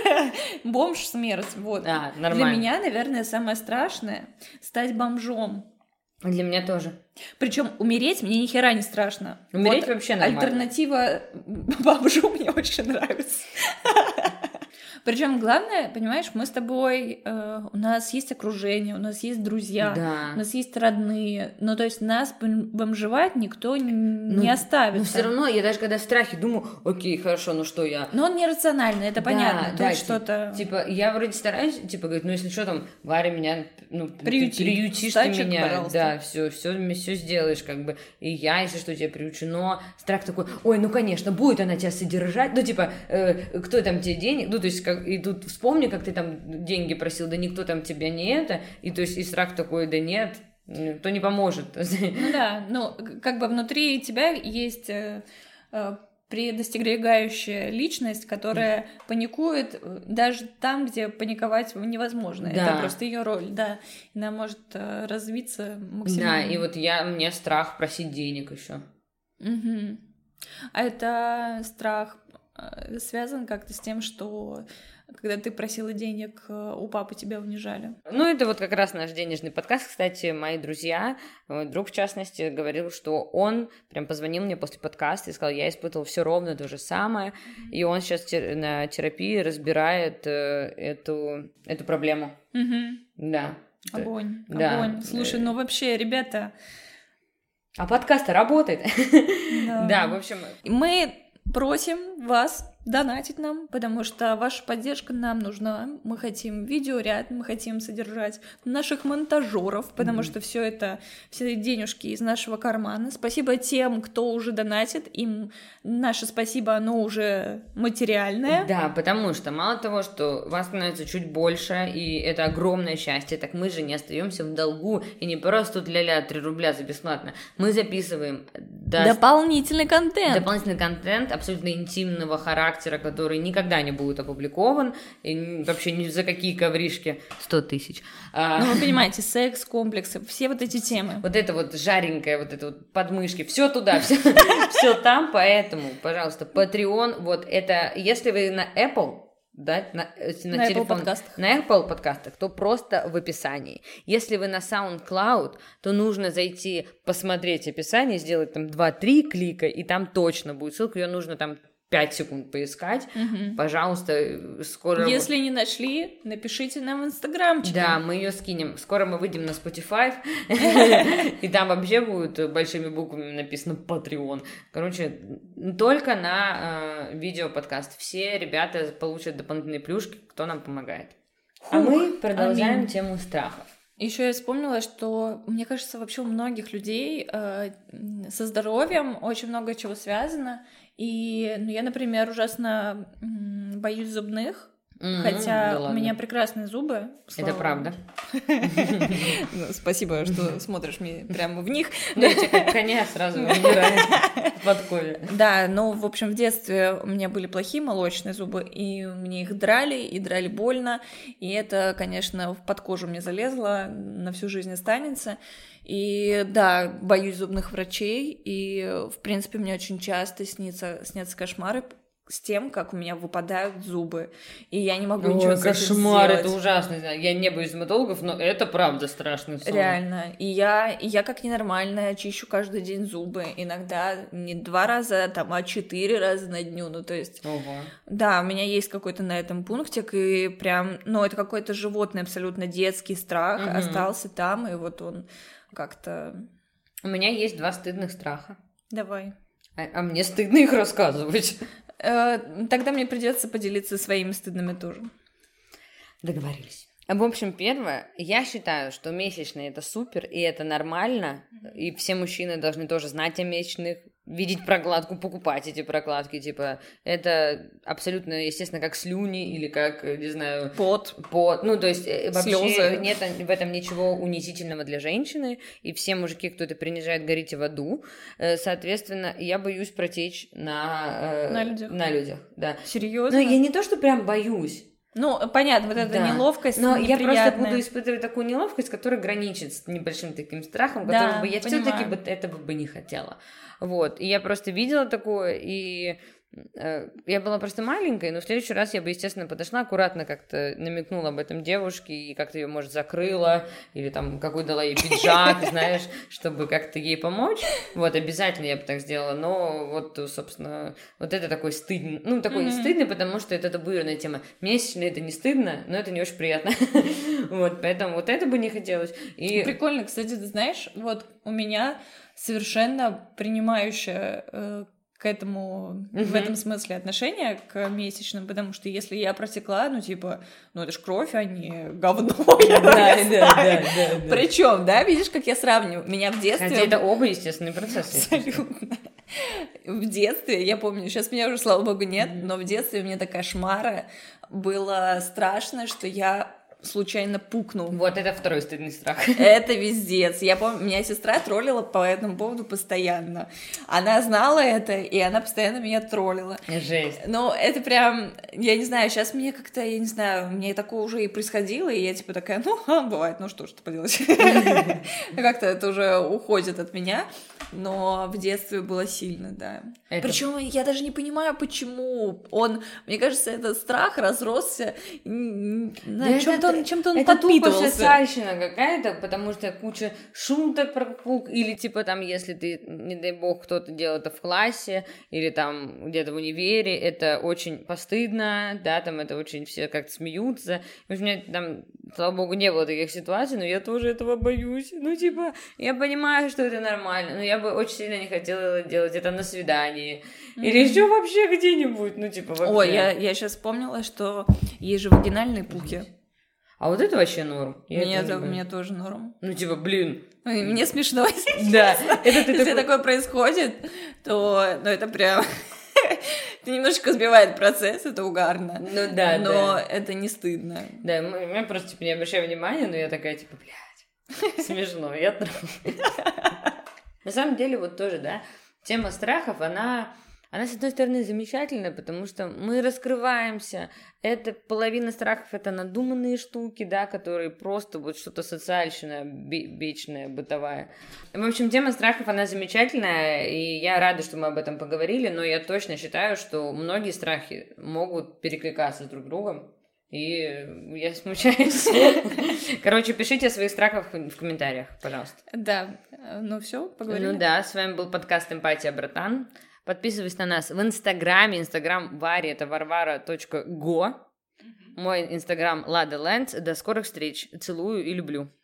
Бомж, смерть, вот. А, нормально. Для меня, наверное, самое страшное — стать бомжом. Для меня тоже. Причем умереть мне ни хера не страшно. Умереть вот вообще нормально. Альтернатива бомжу мне очень нравится. Причем главное, понимаешь, мы с тобой, э, у нас есть окружение, у нас есть друзья, да. у нас есть родные, ну то есть нас бомжевать никто не, ну, не оставит. Но все равно я даже когда в страхе думаю, окей, хорошо, ну что я. Но он нерациональный, это да, понятно. Да, тут что-то. Типа я вроде стараюсь, типа говорит, ну если что там, Варя меня, ну приюти, приютишь Стачек, ты меня, пожалуйста. да, все, все, все сделаешь как бы, и я если что тебя приучу, но страх такой, ой, ну конечно, будет она тебя содержать, ну типа э, кто там тебе денег, ну то есть как и тут вспомни, как ты там деньги просил, да никто там тебя не это, и то есть и страх такой, да нет, то не поможет. Ну да, ну как бы внутри тебя есть э, э, предостерегающая личность, которая паникует даже там, где паниковать невозможно. Да. Это просто ее роль, да. Она может э, развиться максимально. Да, и вот я, мне страх просить денег еще. Угу. А это страх связан как-то с тем, что когда ты просила денег, у папы тебя унижали? Ну, это вот как раз наш денежный подкаст. Кстати, мои друзья, мой друг, в частности, говорил, что он прям позвонил мне после подкаста и сказал, я испытывал все ровно то же самое, mm-hmm. и он сейчас на терапии разбирает э, эту, эту проблему. Mm-hmm. Да. Огонь, да. огонь. Слушай, ну вообще, ребята... А подкаст работает. Да. Да, в общем... Мы просим вас донатить нам, потому что ваша поддержка нам нужна. Мы хотим видеоряд, мы хотим содержать наших монтажеров, потому mm-hmm. что все это, все денежки из нашего кармана. Спасибо тем, кто уже донатит, им наше спасибо, оно уже материальное. Да, потому что мало того, что вас становится чуть больше, и это огромное счастье, так мы же не остаемся в долгу, и не просто тут ля-ля три рубля за бесплатно. Мы записываем до... дополнительный контент. Дополнительный контент абсолютно интимного характера, который никогда не будет опубликован, и вообще ни за какие ковришки сто тысяч. Ну, вы понимаете, секс, комплексы, все вот эти темы. Вот это вот жаренькое, вот это вот подмышки, все туда, все там, поэтому, пожалуйста, Patreon, вот это, если вы на Apple, да, на, на, на телефон, Apple подкастах. На Apple подкастах, то просто в описании. Если вы на SoundCloud, то нужно зайти, посмотреть описание, сделать там два-три клика, и там точно будет ссылка, ее нужно там пять секунд поискать. Угу. Пожалуйста, скоро... Если не нашли, напишите нам в Инстаграмчике. Да, мы ее скинем. Скоро мы выйдем на Spotify, и там вообще будет большими буквами написано Patreon. Короче, только на видео-подкаст. Все ребята получат дополнительные плюшки, кто нам помогает. А мы продолжаем тему страхов. Еще я вспомнила, что, мне кажется, вообще у многих людей э, со здоровьем очень много чего связано. И ну, я, например, ужасно м, боюсь зубных, mm-hmm, хотя да у меня прекрасные зубы. Это правда. Спасибо, что смотришь мне прямо в них. Да, тебе как коня сразу выбирает в подкове. Да, но, в общем, в детстве у меня были плохие молочные зубы, и мне их драли, и драли больно, и это, конечно, под кожу мне залезло, на всю жизнь останется. И да, боюсь зубных врачей, и, в принципе, мне очень часто снится, снятся кошмары с тем, как у меня выпадают зубы, и я не могу Ой, ничего с этим кошмар, сделать. Это ужасно. Я не боюсь стоматологов, но это правда страшный сон. Реально. И я, и я как ненормальная чищу каждый день зубы. Иногда не два раза, там, а четыре раза на дню. Ну, то есть... Ого. Да, у меня есть какой-то на этом пунктик, и прям... Ну, это какой-то животный, абсолютно детский страх угу. остался там, и вот он как-то... У меня есть два стыдных страха. Давай. А, а мне стыдно их рассказывать. Тогда мне придется поделиться своими стыдными тоже. Договорились. В общем, первое, я считаю, что месячные это супер, и это нормально, и все мужчины должны тоже знать о месячных, видеть прокладку, покупать эти прокладки, типа, это абсолютно, естественно, как слюни или как, не знаю... Пот. Пот, ну, то есть вообще слезы. Нет в этом ничего унизительного для женщины, и все мужики, кто это принижает, горите в аду, соответственно, я боюсь протечь на... На людях. На людях, да. Серьезно? Но я не то, что прям боюсь. Ну, понятно, вот эта да. неловкость. Но неприятная. Я просто буду испытывать такую неловкость, которая граничит с небольшим таким страхом, да, которого бы я все-таки бы этого бы не хотела. Вот. И я просто видела такое, и э, я была просто маленькой, но в следующий раз я бы, естественно, подошла, аккуратно как-то намекнула об этом девушке и как-то ее, может, закрыла, или там какой дала ей пиджак, знаешь, чтобы как-то ей помочь. Вот, обязательно я бы так сделала, но вот, собственно, вот это такой стыдный, ну, такой mm-hmm. стыдный, потому что это табуированная тема. Месячные это не стыдно, но это не очень приятно. Вот, поэтому вот это бы не хотелось. И... Прикольно, кстати, ты знаешь, вот у меня совершенно принимающая э, к этому, uh-huh. в этом смысле отношение к месячным, потому что если я протекла, ну, типа, ну, это ж кровь, а не говно. Да, да, да. Причем, да, видишь, как я сравниваю? Меня в детстве... Хотя это оба естественные процессы. Абсолютно. В детстве, я помню, сейчас меня уже, слава богу, нет, но в детстве мне до кошмара было страшно, что я случайно пукнул. Вот это второй стыдный страх. Это вездец. Я помню, меня сестра троллила по этому поводу постоянно. Она знала это, и она постоянно меня троллила. Жесть. Ну, это прям, я не знаю, сейчас мне как-то, я не знаю, мне такое уже и происходило, и я типа такая, ну, бывает, ну что ж поделать. Как-то это уже уходит от меня, но в детстве было сильно, да. Причем я даже не понимаю, почему он, мне кажется, этот страх разросся, чем-то он, чем-то он подпитывался. Это тупо социальщина какая-то, потому что куча шуток про пук, или типа там, если ты, не дай бог, кто-то делал это в классе, или там где-то в универе, это очень постыдно, да, там это очень все как-то смеются. У меня там, слава богу, не было таких ситуаций, но я тоже этого боюсь. Ну, типа, я понимаю, что это нормально, но я бы очень сильно не хотела делать это на свидании. Mm-hmm. Или еще вообще где-нибудь, ну, типа, вообще. Ой, я, я сейчас вспомнила, что есть же вагинальные пуки. А вот это вообще норм. Мне это, мне тоже норм. Ну, типа, блин. Мне смешно, если да. Это ты Если такой... такое происходит, то ну, это прям... Это немножечко сбивает процесс, это угарно. Ну да, но да. это не стыдно. Да, я просто типа не обращаю внимания, но я такая, типа, блядь, смешно, я На самом деле, вот тоже, да, тема страхов, она... Она, с одной стороны, замечательная, потому что мы раскрываемся. Это половина страхов — это надуманные штуки, да, которые просто вот что-то социальщина, вечная, бытовая. В общем, тема страхов, она замечательная, и я рада, что мы об этом поговорили, но я точно считаю, что многие страхи могут перекликаться друг с другом, и я смущаюсь. Короче, пишите о своих страхах в комментариях, пожалуйста. Да, ну все, поговорили. Ну да, с вами был подкаст «Эмпатия, братан». Подписывайтесь на нас в Инстаграме. Инстаграм Вари — это варвара точка го. Мой Инстаграм Лада Лэндс. До скорых встреч. Целую и люблю.